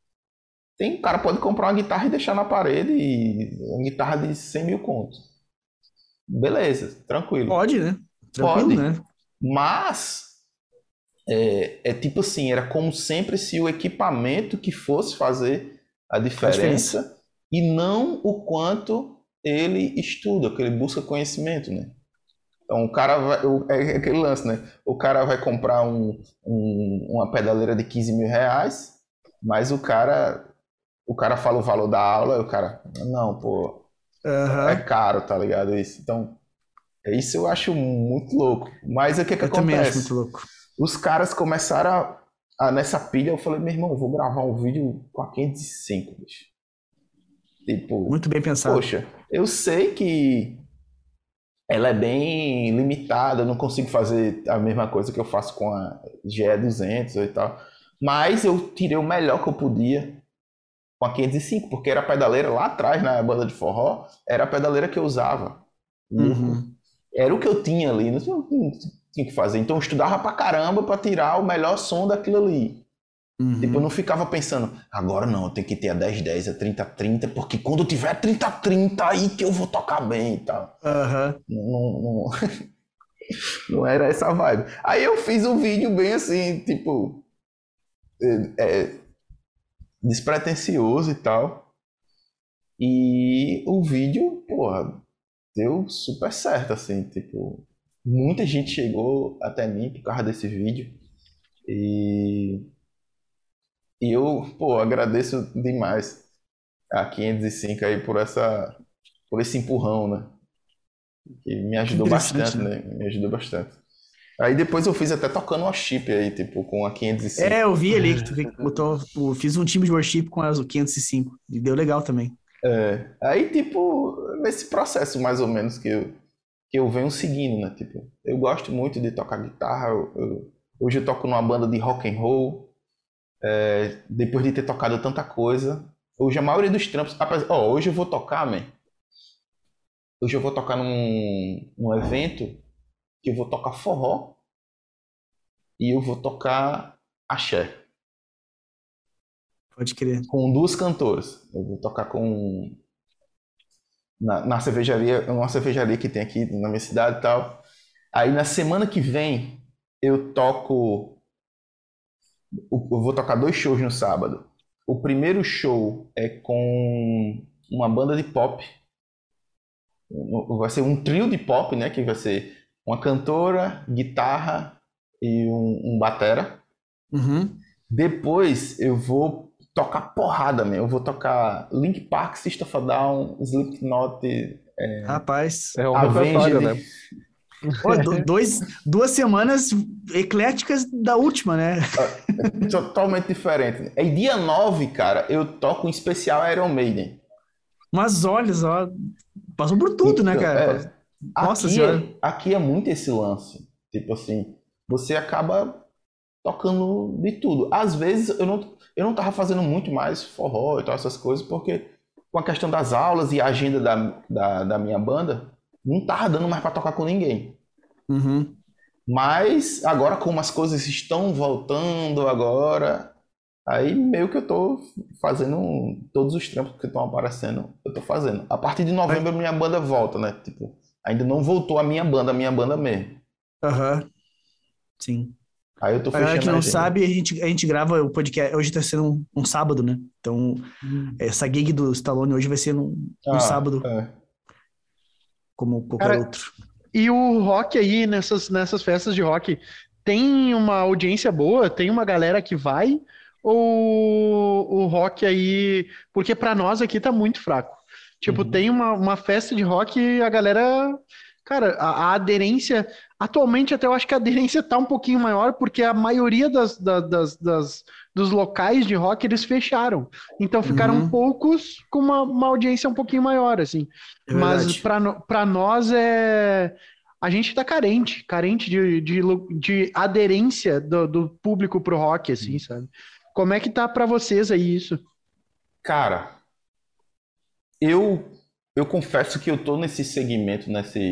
O cara pode comprar uma guitarra e deixar na parede, e uma guitarra de 100 mil contos. Beleza, tranquilo. Pode, né? Tranquilo, Pode. né? Mas é tipo assim, era como sempre se o equipamento que fosse fazer a diferença e não o quanto ele estuda, que ele busca conhecimento, né? Então o cara vai, é aquele lance, né? O cara vai comprar uma pedaleira de 15 mil reais, mas o cara fala o valor da aula e o cara, não, pô, é caro, tá ligado? Então, isso eu acho muito louco. Mas o que Eu também acho acontece? muito louco. Os caras começaram nessa pilha, eu falei, meu irmão, eu vou gravar um vídeo com a 505, bicho. Tipo, Muito bem pensado. poxa, eu sei que ela é bem limitada, eu não consigo fazer a mesma coisa que eu faço com a GE200 e tal, mas eu tirei o melhor que eu podia com a 505, porque era a pedaleira lá atrás, na banda de forró, era a pedaleira que eu usava. Uhum. Era o que eu tinha ali, não tinha que fazer. Então eu estudava pra caramba pra tirar o melhor som daquilo ali. Uhum. Tipo, eu não ficava pensando, agora não, eu tenho que ter a 10-10, a 30-30, porque quando eu tiver 30-30, aí que eu vou tocar bem e tal. Uhum. Não... Não era essa vibe. Aí eu fiz um vídeo bem assim, tipo, despretensioso e tal. E o vídeo, porra, deu super certo, assim, tipo, muita gente chegou até mim por causa desse vídeo. E, e eu, pô, agradeço demais a 505 aí por esse empurrão, né? Que me Que ajudou interessante, bastante, né? né? Me ajudou bastante. Aí depois eu fiz até tocando uma chip aí, tipo, com a 505. Eu vi ali que tu botou, fiz um time de worship com as 505 e deu legal também. Aí, tipo, nesse processo mais ou menos que eu venho seguindo, né? Tipo, eu gosto muito de tocar guitarra. Hoje eu toco numa banda de rock and roll. Depois de ter tocado tanta coisa. Hoje a maioria dos trampos. Hoje eu vou tocar, man. Hoje eu vou tocar num evento que eu vou tocar forró e eu vou tocar axé. Pode crer. Com duas cantoras. Eu vou tocar na cervejaria, uma cervejaria que tem aqui na minha cidade e tal. Aí na semana que vem eu toco. Eu vou tocar 2 shows no sábado. O primeiro show é com uma banda de pop. Vai ser um trio de pop, né? Que vai ser uma cantora, guitarra e um batera. Uhum. Depois eu vou tocar porrada, meu. Eu vou tocar Linkin Park, System of a Down, Slipknot, Rapaz. É um repertório, Avenged. né? Pô, 2 semanas ecléticas da última, né? Totalmente diferente. Aí dia 9, cara, eu toco um especial Iron Maiden. Mas olha só, passou por tudo, né, Então, cara? Nossa senhora. aqui é muito esse lance. Tipo assim, você acaba tocando de tudo. Às vezes eu não tava fazendo muito mais forró e tal, essas coisas, porque com a questão das aulas e a agenda da minha banda, não tava dando mais para tocar com ninguém. Uhum. Mas agora, como as coisas estão voltando agora, aí meio que eu tô fazendo todos os trampos que estão aparecendo, eu tô fazendo. A partir de Vai- novembro minha banda volta, né? Tipo, ainda não voltou a minha banda mesmo. Aham, sim. Aí eu tô Pra galera que fechando a não agenda. sabe, a gente grava o podcast. Hoje tá sendo um sábado, né? Então, essa gig do Stallone hoje vai ser num Ah, sábado, como qualquer Cara, outro. e o rock aí, nessas festas de rock, tem uma audiência boa? Tem uma galera que vai? Ou o rock aí. Porque pra nós aqui tá muito fraco. Tipo, uhum. tem uma festa de rock e a galera. Cara, a aderência. Atualmente, até eu acho que a aderência tá um pouquinho maior, porque a maioria dos locais de rock eles fecharam. Então ficaram Uhum, poucos com uma audiência um pouquinho maior, assim. é Mas verdade. para nós é. A gente tá carente de aderência do público pro rock, assim, sabe? Como é que tá pra vocês aí isso? Cara, eu eu confesso que eu tô nesse segmento,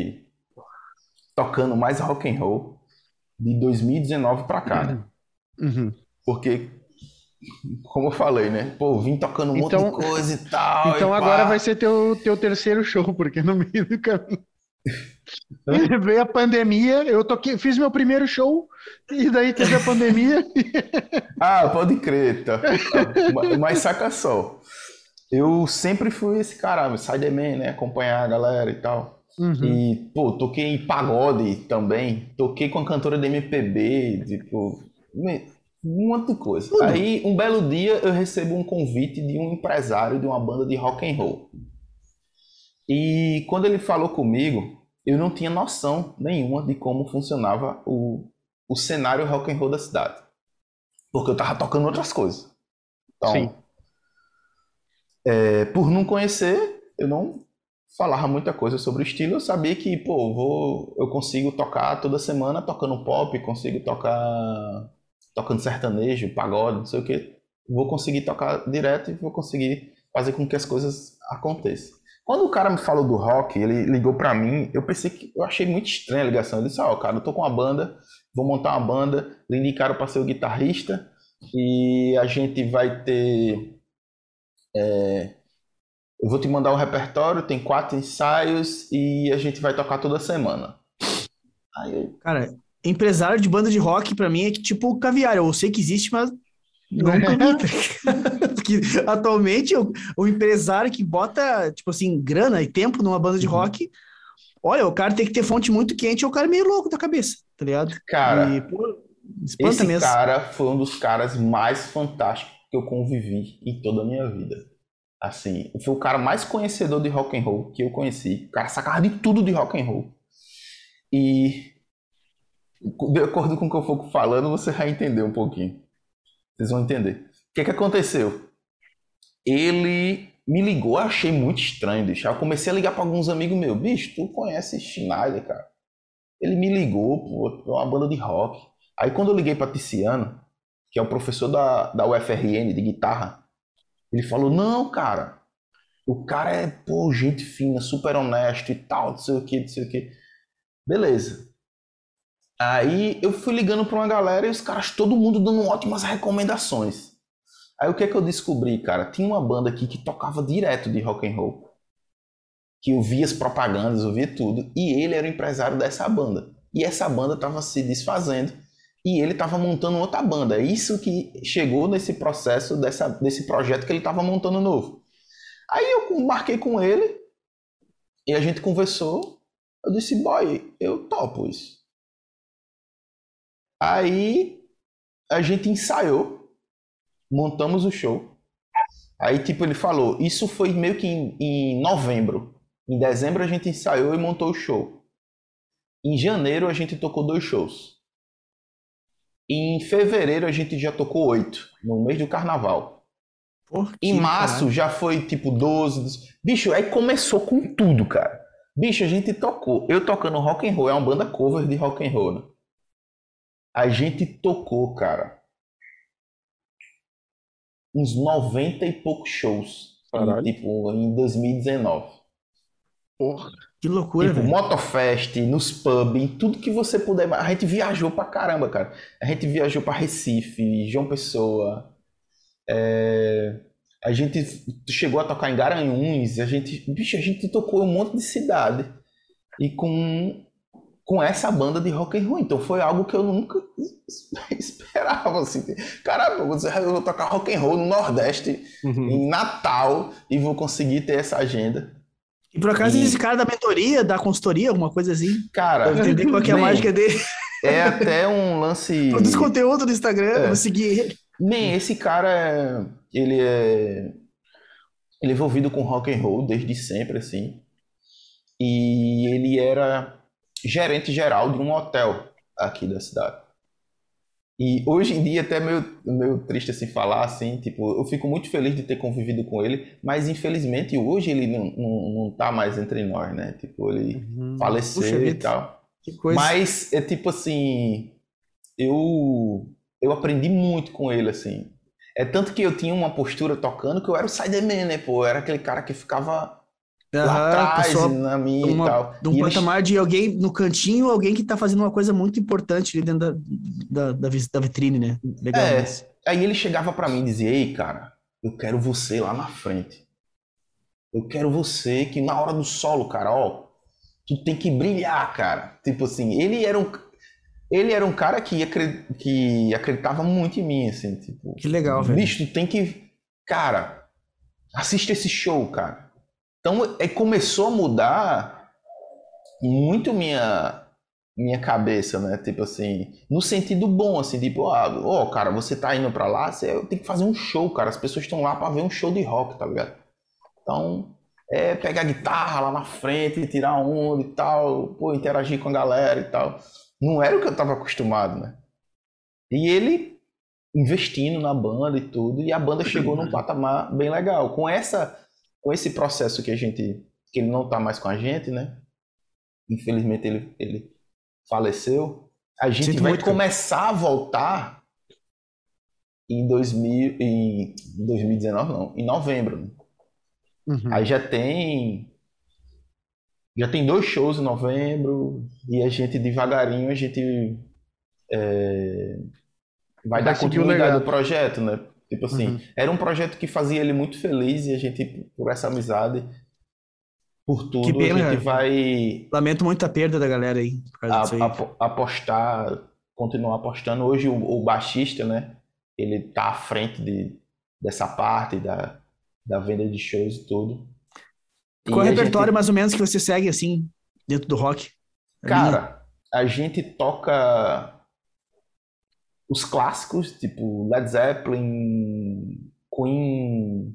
tocando mais rock and roll de 2019 pra cá, né? Uhum. Porque, como eu falei, né? Pô, vim tocando um monte de Então, coisa e tal, e então agora vai pá. ser teu terceiro show, porque no meio do caminho Hã? veio a pandemia, eu toquei, fiz meu primeiro show, e daí teve a pandemia. Ah, pode crer, tá. Mas saca só, eu sempre fui esse cara, sideman, né? Acompanhar a galera e tal. Uhum. E, pô, toquei em pagode também, toquei com a cantora de MPB, tipo, um monte de coisa. Tudo. Aí, um belo dia, eu recebo um convite de um empresário de uma banda de rock and roll. E quando ele falou comigo, eu não tinha noção nenhuma de como funcionava o cenário rock and roll da cidade. Porque eu tava tocando outras coisas. Sim. Então, por não conhecer, eu não falava muita coisa sobre o estilo. Eu sabia que, pô, eu consigo tocar toda semana tocando pop, consigo tocar tocando sertanejo, pagode, não sei o que. Vou conseguir tocar direto e vou conseguir fazer com que as coisas aconteçam. Quando o cara me falou do rock, ele ligou pra mim, eu achei muito estranha a ligação. Ele disse: ó, cara, eu tô com uma banda, vou montar uma banda, lhe indicaram pra ser o guitarrista e a gente vai ter. Eu vou te mandar um repertório, tem 4 ensaios e a gente vai tocar toda semana. Aí eu, Cara, empresário de banda de rock, pra mim, é que tipo caviar. Eu sei que existe, mas nunca vi. Tá ligado? Porque atualmente o empresário que bota, tipo assim, grana e tempo numa banda de uhum. rock, olha, o cara tem que ter fonte muito quente, ou o cara é meio louco da cabeça, tá ligado? E, Cara, pô, espanta esse mesmo. cara foi um dos caras mais fantásticos que eu convivi em toda a minha vida. Assim, foi o cara mais conhecedor de rock and roll que eu conheci. O cara sacava de tudo de rock and roll. E de acordo com o que eu for falando, você vai entender um pouquinho. Vocês vão entender. O que aconteceu? Ele me ligou, eu achei muito estranho, bicho. Aí eu comecei a ligar para alguns amigos meus. Bicho, tu conhece Schneider, cara? Ele me ligou, pô, é uma banda de rock. Aí quando eu liguei para Tiziano, que é o professor da UFRN de guitarra, ele falou: Não, cara, o cara é, pô, gente fina, super honesto e tal, não sei o que, não sei o que. Beleza. Aí eu fui ligando para uma galera e os caras, todo mundo dando ótimas recomendações. Aí o que é que eu descobri, cara? Tinha uma banda aqui que tocava direto de rock and roll, que eu via as propagandas, eu via tudo, e ele era o empresário dessa banda. E essa banda estava se desfazendo e ele estava montando outra banda. É isso que chegou nesse processo desse projeto que ele estava montando novo. Aí eu marquei com ele e a gente conversou. Eu disse, boy, eu topo isso. Aí a gente ensaiou, montamos o show. Aí, tipo, ele falou, isso foi meio que em novembro. Em dezembro a gente ensaiou e montou o show. Em janeiro a gente tocou 2 shows. Em fevereiro a gente já tocou 8, no mês do carnaval. Pô, Em que do março caralho. já foi tipo 12. Bicho, aí começou com tudo, cara. Bicho, a gente tocou. Eu tocando rock and roll, é uma banda cover de rock and roll, né? A gente tocou, cara, uns 90 e poucos shows Caralho. em 2019. Porra. Que loucura, Tipo, velho. Motofest, nos pub, em tudo que você puder. A gente viajou pra caramba, cara. A gente viajou pra Recife, João Pessoa. A gente chegou a tocar em Garanhuns. Bicho, a gente tocou em um monte de cidade. E com essa banda de rock and roll. Então foi algo que eu nunca esperava, assim. Caramba, eu vou tocar rock and roll no Nordeste, em Natal, e vou conseguir ter essa agenda. E por acaso esse E, cara da mentoria, da consultoria, alguma coisa assim, pra eu cara, entender qual que é a mágica man, dele. é até um Produz lance. conteúdo no Instagram, eu vou É, seguir ele. man, esse cara ele é envolvido com rock and roll desde sempre, assim. E ele era gerente geral de um hotel aqui da cidade. E hoje em dia até é meio triste assim falar assim, tipo, eu fico muito feliz de ter convivido com ele, mas infelizmente hoje ele não tá mais entre nós, né? Tipo, ele Puxa faleceu e vida, tal. que coisa. Mas é tipo assim, eu aprendi muito com ele assim. É tanto que eu tinha uma postura tocando que eu era o sideman, né, pô? Eu era aquele cara que ficava lá Aham, atrás passou na minha e tal. de um E ele patamar de alguém no cantinho, alguém que tá fazendo uma coisa muito importante ali dentro da vitrine, né? Legal isso. aí ele chegava pra mim e dizia: "Ei, cara, eu quero você lá na frente. Eu quero você que na hora do solo, cara, ó, tu tem que brilhar, cara." Tipo assim, ele era um cara que acreditava muito em mim, assim, tipo, Que legal, velho. bicho, tu tem que, cara, assiste esse show, cara. Então, começou a mudar muito minha cabeça, né? Tipo assim, no sentido bom, assim, tipo, ó, cara, você tá indo pra lá, você tem que fazer um show, cara. As pessoas estão lá pra ver um show de rock, tá ligado? Então, pegar a guitarra lá na frente, tirar onda e tal, pô, interagir com a galera e tal. Não era o que eu tava acostumado, né? E ele investindo na banda e tudo, e a banda chegou num patamar bem legal. Com esse processo que ele não tá mais com a gente, né? Infelizmente ele faleceu. A gente Sinto vai muito, cara. começar a voltar em 2019, não, em novembro, né? Aí Uhum. já tem 2 shows em novembro e a gente devagarinho a gente vai Vai dar seguir o continuidade ao legado. projeto, né? Tipo assim, Uhum. era um projeto que fazia ele muito feliz e a gente, por essa amizade, por Que tudo, a pena, gente cara. vai Lamento muito a perda da galera aí, por causa disso aí. apostar, continuar apostando. Hoje o baixista, né? Ele tá à frente dessa parte da venda de shows e tudo. Qual é E o a repertório gente, mais ou menos que você segue, assim, dentro do rock? A linha? cara, a gente toca os clássicos, tipo Led Zeppelin, Queen,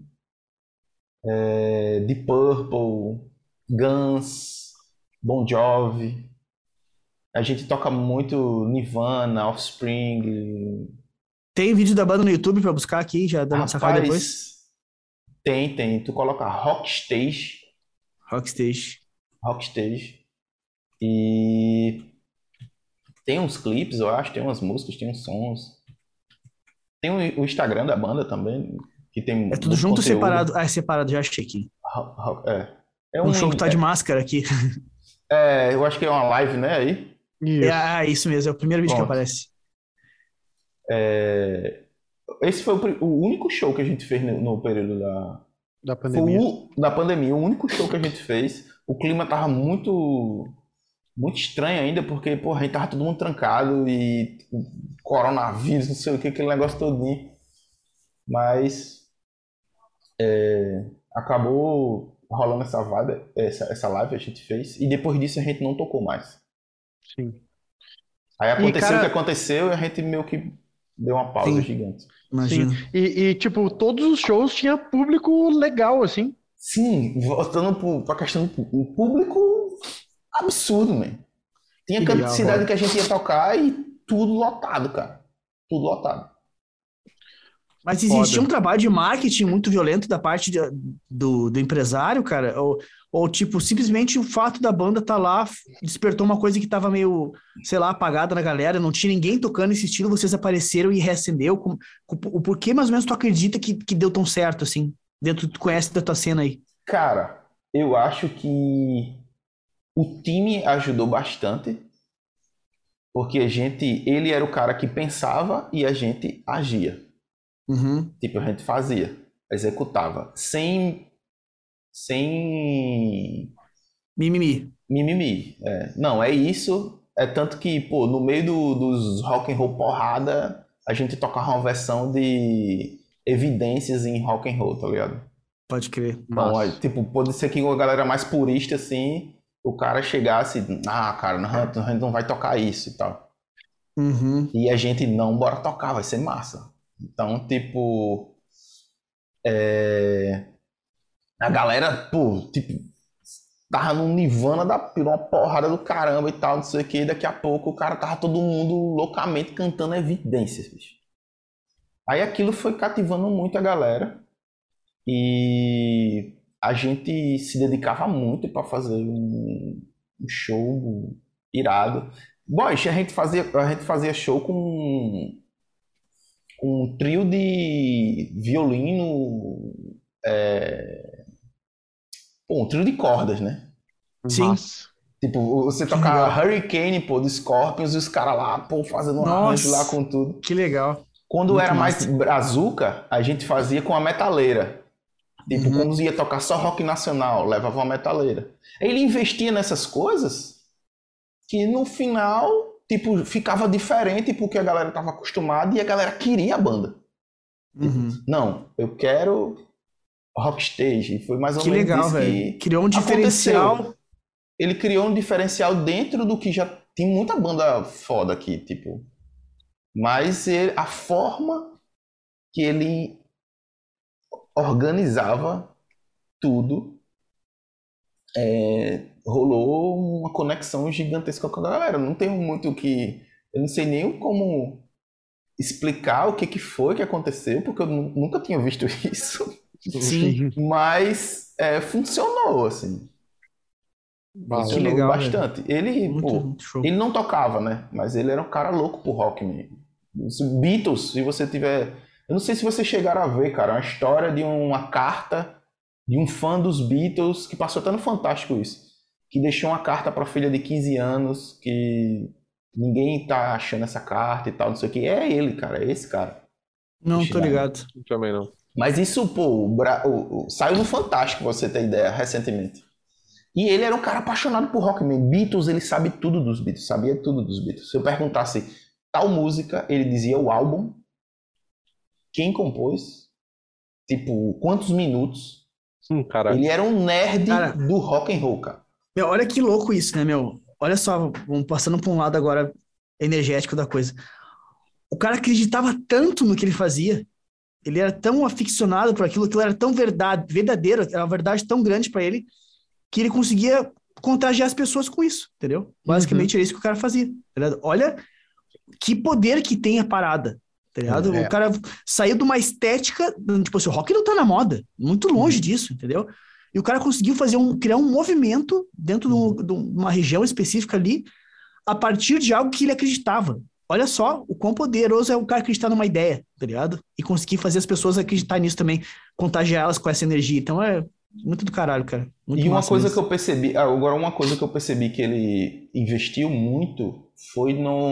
Deep Purple, Guns, Bon Jovi. A gente toca muito Nirvana, Offspring. Tem vídeo da banda no YouTube pra buscar aqui, já dá uma sacada depois? Rapaz, tem. Tu coloca Rockstage, Rockstage. Rockstage. E tem uns clipes, eu acho, tem umas músicas, tem uns sons. Tem o Instagram da banda também, que tem É tudo muito junto ou conteúdo. separado? Ah, é separado, já achei aqui. É. É Um um. show que tá de máscara aqui. Eu acho que é uma live, né? Aí. Isso, Isso mesmo, é o primeiro vídeo que Pronto. aparece. Esse foi o único show que a gente fez no período da foi pandemia. da pandemia. O único show que a gente fez. O clima tava muito, muito estranho ainda, porque, porra, a gente tava todo mundo trancado e coronavírus, não sei o que, aquele negócio todinho. Mas acabou rolando essa vibe, essa live a gente fez, e depois disso a gente não tocou mais. Sim. Aí E, aconteceu o que cara, aconteceu e a gente meio que deu uma pausa Sim, gigante. sim. imagino. Tipo, todos os shows tinha público legal, assim. Sim, voltando pra questão do público absurdo, man. Tinha Que legal, cidade Rob. que a gente ia tocar e tudo lotado, cara. Tudo lotado. Mas Foda. existia um trabalho de marketing muito violento da parte do empresário, cara? Ou, tipo, simplesmente o fato da banda tá lá despertou uma coisa que tava meio, sei lá, apagada na galera, não tinha ninguém tocando esse estilo, vocês apareceram e reacendeu. O porquê mais ou menos tu acredita que deu tão certo, assim? Dentro, tu conhece da tua cena aí? Cara, eu acho que o time ajudou bastante, porque ele era o cara que pensava e a gente agia. Uhum. Tipo, a gente fazia, executava, sem Mimimi. mimimi. Não, é isso. É tanto que, pô, no meio dos rock and roll porrada, a gente tocava uma versão de Evidências em rock and roll, tá ligado? Pode crer. Então, Massa. tipo, pode ser que uma galera mais purista, assim, o cara chegasse, cara, a gente não vai tocar isso e tal. Uhum. E a gente, não, bora tocar, vai ser massa. Então, tipo, a galera, pô, tipo, tava num nirvana pirou uma porrada do caramba e tal, não sei o que, e daqui a pouco o cara tava todo mundo loucamente cantando Evidências, bicho. Aí aquilo foi cativando muito a galera e a gente se dedicava muito para fazer um show irado. Boys, a gente fazia show com um trio de violino, um trio de cordas, né? Sim. Massa. Tipo, você Que tocar legal. Hurricane, pô, do Scorpions e os caras lá, pô, fazendo um arranjo lá Nossa, com tudo. que legal. Quando Muito era mais massa. brazuca, a gente fazia com a metaleira. Tipo, Uhum. quando ia tocar só rock nacional, levava uma metaleira. Ele investia nessas coisas que no final, tipo, ficava diferente porque a galera tava acostumada e a galera queria a banda. Uhum. Não, eu quero Rockstage. E foi mais ou Que menos legal, isso velho. que Criou um diferencial. aconteceu. Ele criou um diferencial dentro do que já tem muita banda foda aqui, tipo. Mas a forma que ele organizava tudo, rolou uma conexão gigantesca com a galera. Não tenho muito o que. Eu não sei nem como explicar o que foi que aconteceu, porque eu nunca tinha visto isso. Sim. Mas funcionou, assim. Bala. Que Funcionou legal, velho. bastante. Ele, Muito, pô, muito show. ele não tocava, né? Mas ele era um cara louco pro rock mesmo. Os Beatles, se você tiver. Eu não sei se vocês chegaram a ver, cara, uma história de uma carta de um fã dos Beatles, que passou até no Fantástico isso, que deixou uma carta pra filha de 15 anos, que ninguém tá achando essa carta e tal, não sei o que. É ele, cara, é esse cara. Não, tô Schneider. ligado. Também não. Mas isso, pô, saiu no Fantástico, pra você ter ideia, recentemente. E ele era um cara apaixonado por rock mesmo. Beatles, ele sabe tudo dos Beatles, sabia tudo dos Beatles. Se eu perguntasse tal música, ele dizia o álbum, quem compôs, tipo, quantos minutos. Caraca. Ele era um nerd Cara, do rock and roll, cara. meu, olha que louco isso, né, meu? Olha só, vamos passando para um lado agora energético da coisa. O cara acreditava tanto no que ele fazia, ele era tão aficionado por aquilo era tão verdadeiro, era uma verdade tão grande para ele, que ele conseguia contagiar as pessoas com isso, entendeu? Basicamente era isso que o cara fazia, tá ligado? Olha que poder que tem a parada, tá ligado? O cara saiu de uma estética, tipo assim, o rock não tá na moda, muito longe disso, entendeu? E o cara conseguiu criar um movimento dentro de uma região específica ali, a partir de algo que ele acreditava. Olha só o quão poderoso é o cara acreditar numa ideia, tá ligado? E conseguir fazer as pessoas acreditar nisso também, contagiar elas com essa energia. Então é muito do caralho, cara. Muito E uma massa coisa mesmo. que eu percebi, agora uma coisa que eu percebi que ele investiu muito foi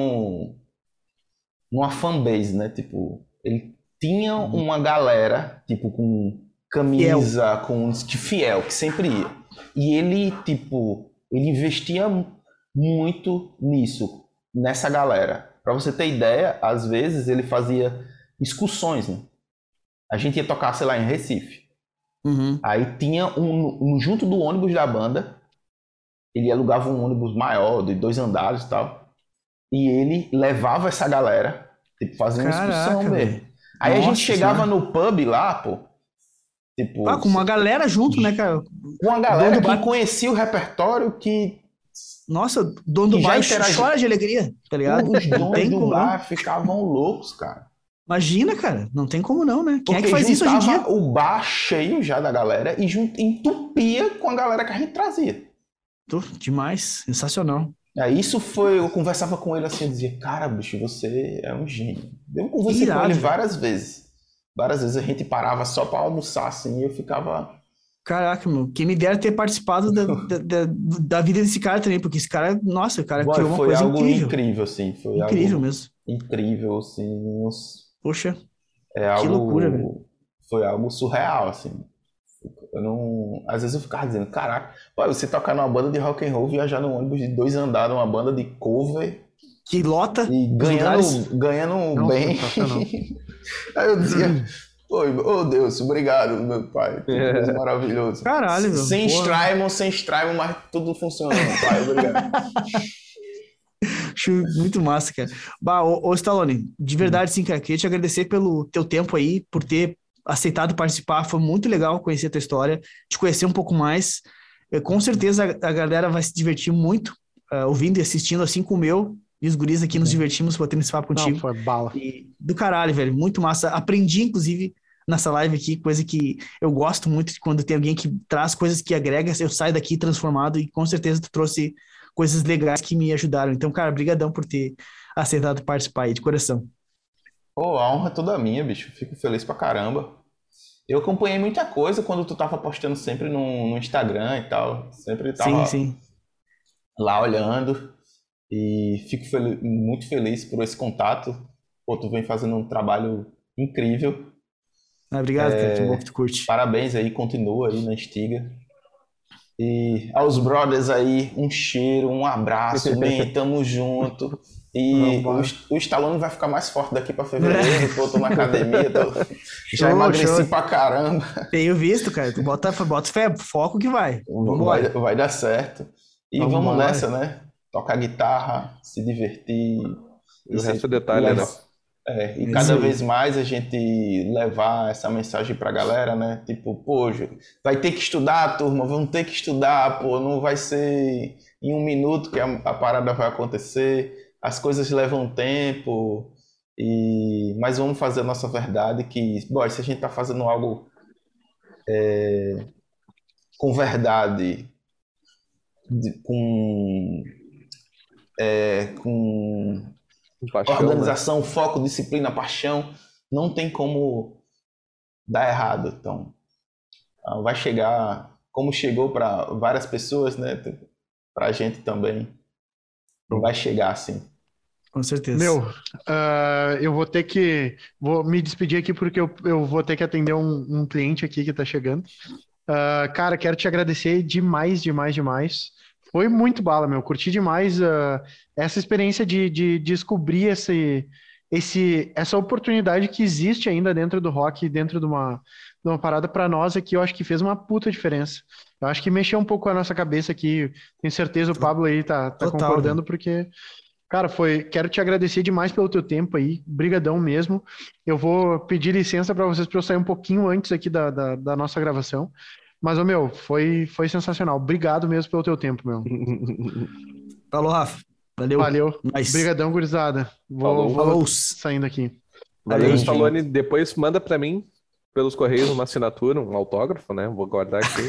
numa fanbase, né? Tipo, ele tinha uma galera, tipo, com camisa, de fiel, que sempre ia. E ele, tipo, ele investia muito nisso, nessa galera. Pra você ter ideia, às vezes ele fazia excursões, né? A gente ia tocar, sei lá, em Recife. Uhum. Aí tinha junto do ônibus da banda, ele alugava um ônibus maior, de 2 andares e tal. E ele levava essa galera, tipo, fazia uma excursão Caraca, mesmo. velho. Aí a gente Nossa chegava Senhora. no pub lá, pô, tipo, Com uma galera junto, né, cara? com uma O dono galera do que bar, conhecia o repertório, nossa, o dono do que já bar interagia. chora de alegria, tá ligado? Os Não donos tem do como não. bar ficavam loucos, cara. Imagina, cara, não tem como não, né? Quem é que Porque faz isso hoje em dia? juntava o bar cheio já da galera e entupia com a galera que a gente trazia. Demais, sensacional. Aí isso foi, eu conversava com ele assim, eu dizia, cara, bicho, você é um gênio. Eu conversei com Irado, ele velho. várias vezes. Várias vezes a gente parava só pra almoçar assim e eu ficava. Caraca, meu, quem me dera ter participado da vida desse cara também, porque esse cara, nossa, o cara Boy, criou uma foi coisa algo incrível. incrível, assim. Foi Incrível algo mesmo. incrível, assim. Poxa, É que loucura, velho. algo. Foi algo surreal, assim. Eu não. Às vezes eu ficava dizendo, caraca, pô, você tocar numa banda de rock and roll, viajar num ônibus de 2 andares, uma banda de cover Que lota e os lugares. ganhando Não, bem. sensacional. Aí eu dizia, pô, oh Deus, obrigado, meu pai. Que Deus maravilhoso. Caralho, meu. Sem Porra. Strymon, mas tudo funcionando, pai, obrigado. Acho muito massa, cara. Bah, ô Stallone, de verdade, sim, cara, queria te agradecer pelo teu tempo aí, por ter aceitado participar. Foi muito legal conhecer a tua história, te conhecer um pouco mais. Com certeza a galera vai se divertir muito ouvindo e assistindo, assim como eu e os guris aqui nos divertimos batendo esse papo Não, contigo. foi bala. E do caralho, velho, muito massa. Aprendi, inclusive, nessa live aqui, coisa que eu gosto muito, quando tem alguém que traz coisas que agrega, eu saio daqui transformado e com certeza tu trouxe coisas legais que me ajudaram. Então, cara, brigadão por ter aceitado participar aí, de coração. Pô, a honra é toda minha, bicho. Fico feliz pra caramba. Eu acompanhei muita coisa quando tu tava postando sempre no Instagram e tal. Sempre Sim, tava sim. lá olhando. E fico muito feliz por esse contato. Pô, tu vem fazendo um trabalho incrível. Obrigado, cara, que bom que tu curte. Parabéns aí, continua aí na estiga. E aos brothers aí, um cheiro, um abraço, man, tamo junto. E Vambora. o Stallone vai ficar mais forte daqui pra fevereiro, pô, tô na academia, já Show, emagreci show. pra caramba. Tenho visto, cara. Tu bota fé, foco que vai. Vambora. Vai dar certo. E Vambora. vamos nessa, né? Tocar guitarra, se divertir. E o resto é detalhe, né? E Isso cada aí. vez mais a gente levar essa mensagem pra galera, né? Tipo, pô, vai ter que estudar, turma, vamos ter que estudar, pô, não vai ser em 1 minuto que a parada vai acontecer, as coisas levam tempo, mas vamos fazer a nossa verdade, que, bom, se a gente tá fazendo algo com verdade, com Com paixão, né? organização, foco, disciplina, paixão, não tem como dar errado. Então, vai chegar, como chegou para várias pessoas, né? Para a gente também, vai chegar assim. Com certeza. Meu, eu vou me despedir aqui porque eu vou ter que atender um cliente aqui que tá chegando. Cara, quero te agradecer demais, demais, demais. Foi muito bala, meu. Curti demais essa experiência de descobrir essa oportunidade que existe ainda dentro do rock, dentro de uma parada pra nós aqui. Eu acho que fez uma puta diferença. Eu acho que mexeu um pouco a nossa cabeça aqui. Tenho certeza o Pablo aí tá Total, concordando, porque, cara, quero te agradecer demais pelo teu tempo aí. Brigadão mesmo. Eu vou pedir licença pra vocês para eu sair um pouquinho antes aqui da nossa gravação. Mas, ô, meu, foi sensacional. Obrigado mesmo pelo teu tempo, meu. Falou, Rafa. Valeu. Valeu. Nice. Brigadão, gurizada. Falou. Vou Falou. saindo aqui. Valeu, Aí, Stallone. Depois manda pra mim, pelos correios, uma assinatura, um autógrafo, né? Vou guardar aqui.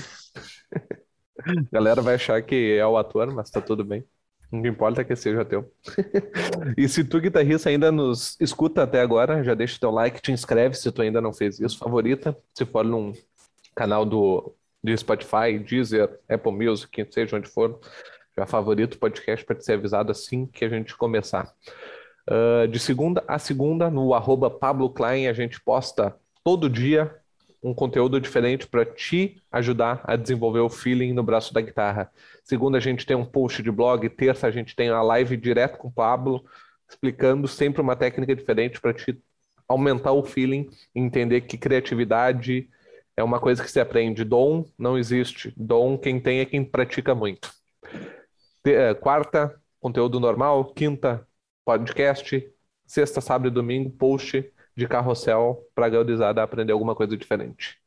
A galera vai achar que é o ator, mas tá tudo bem. O que importa é que seja teu. E se tu, guitarrista, ainda nos escuta até agora, já deixa teu like, te inscreve se tu ainda não fez isso, favorita, se for num canal de Spotify, Deezer, Apple Music, seja onde for, já favorita o podcast para te ser avisado assim que a gente começar. De segunda a segunda, no @Pablo Klein, a gente posta todo dia um conteúdo diferente para te ajudar a desenvolver o feeling no braço da guitarra. Segunda, a gente tem um post de blog. Terça, a gente tem a live direto com o Pablo, explicando sempre uma técnica diferente para te aumentar o feeling e entender que criatividade é uma coisa que se aprende. Dom não existe. Dom, quem tem é quem pratica muito. Quarta, conteúdo normal. Quinta, podcast. Sexta, sábado e domingo, post de carrossel para a gaurizada aprender alguma coisa diferente.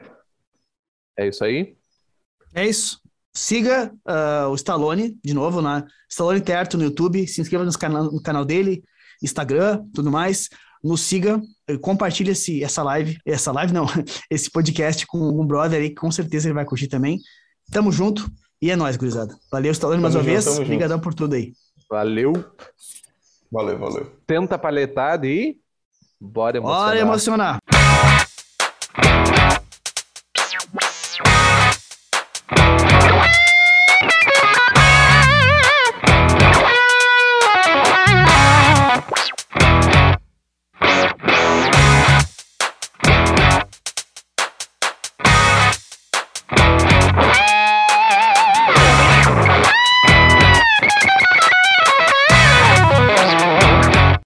É isso aí? É isso. Siga o Stallone, de novo, na Stallone Terto no YouTube. Se inscreva no canal dele, Instagram, tudo mais. Nos siga, compartilhe essa live não, esse podcast com um brother aí, que com certeza ele vai curtir também. Tamo junto e é nóis, gurizada. Valeu, Stallone, mais uma vez. Obrigadão por tudo aí. Valeu. Valeu. Tenta palhetada e bora emocionar. Bora emocionar.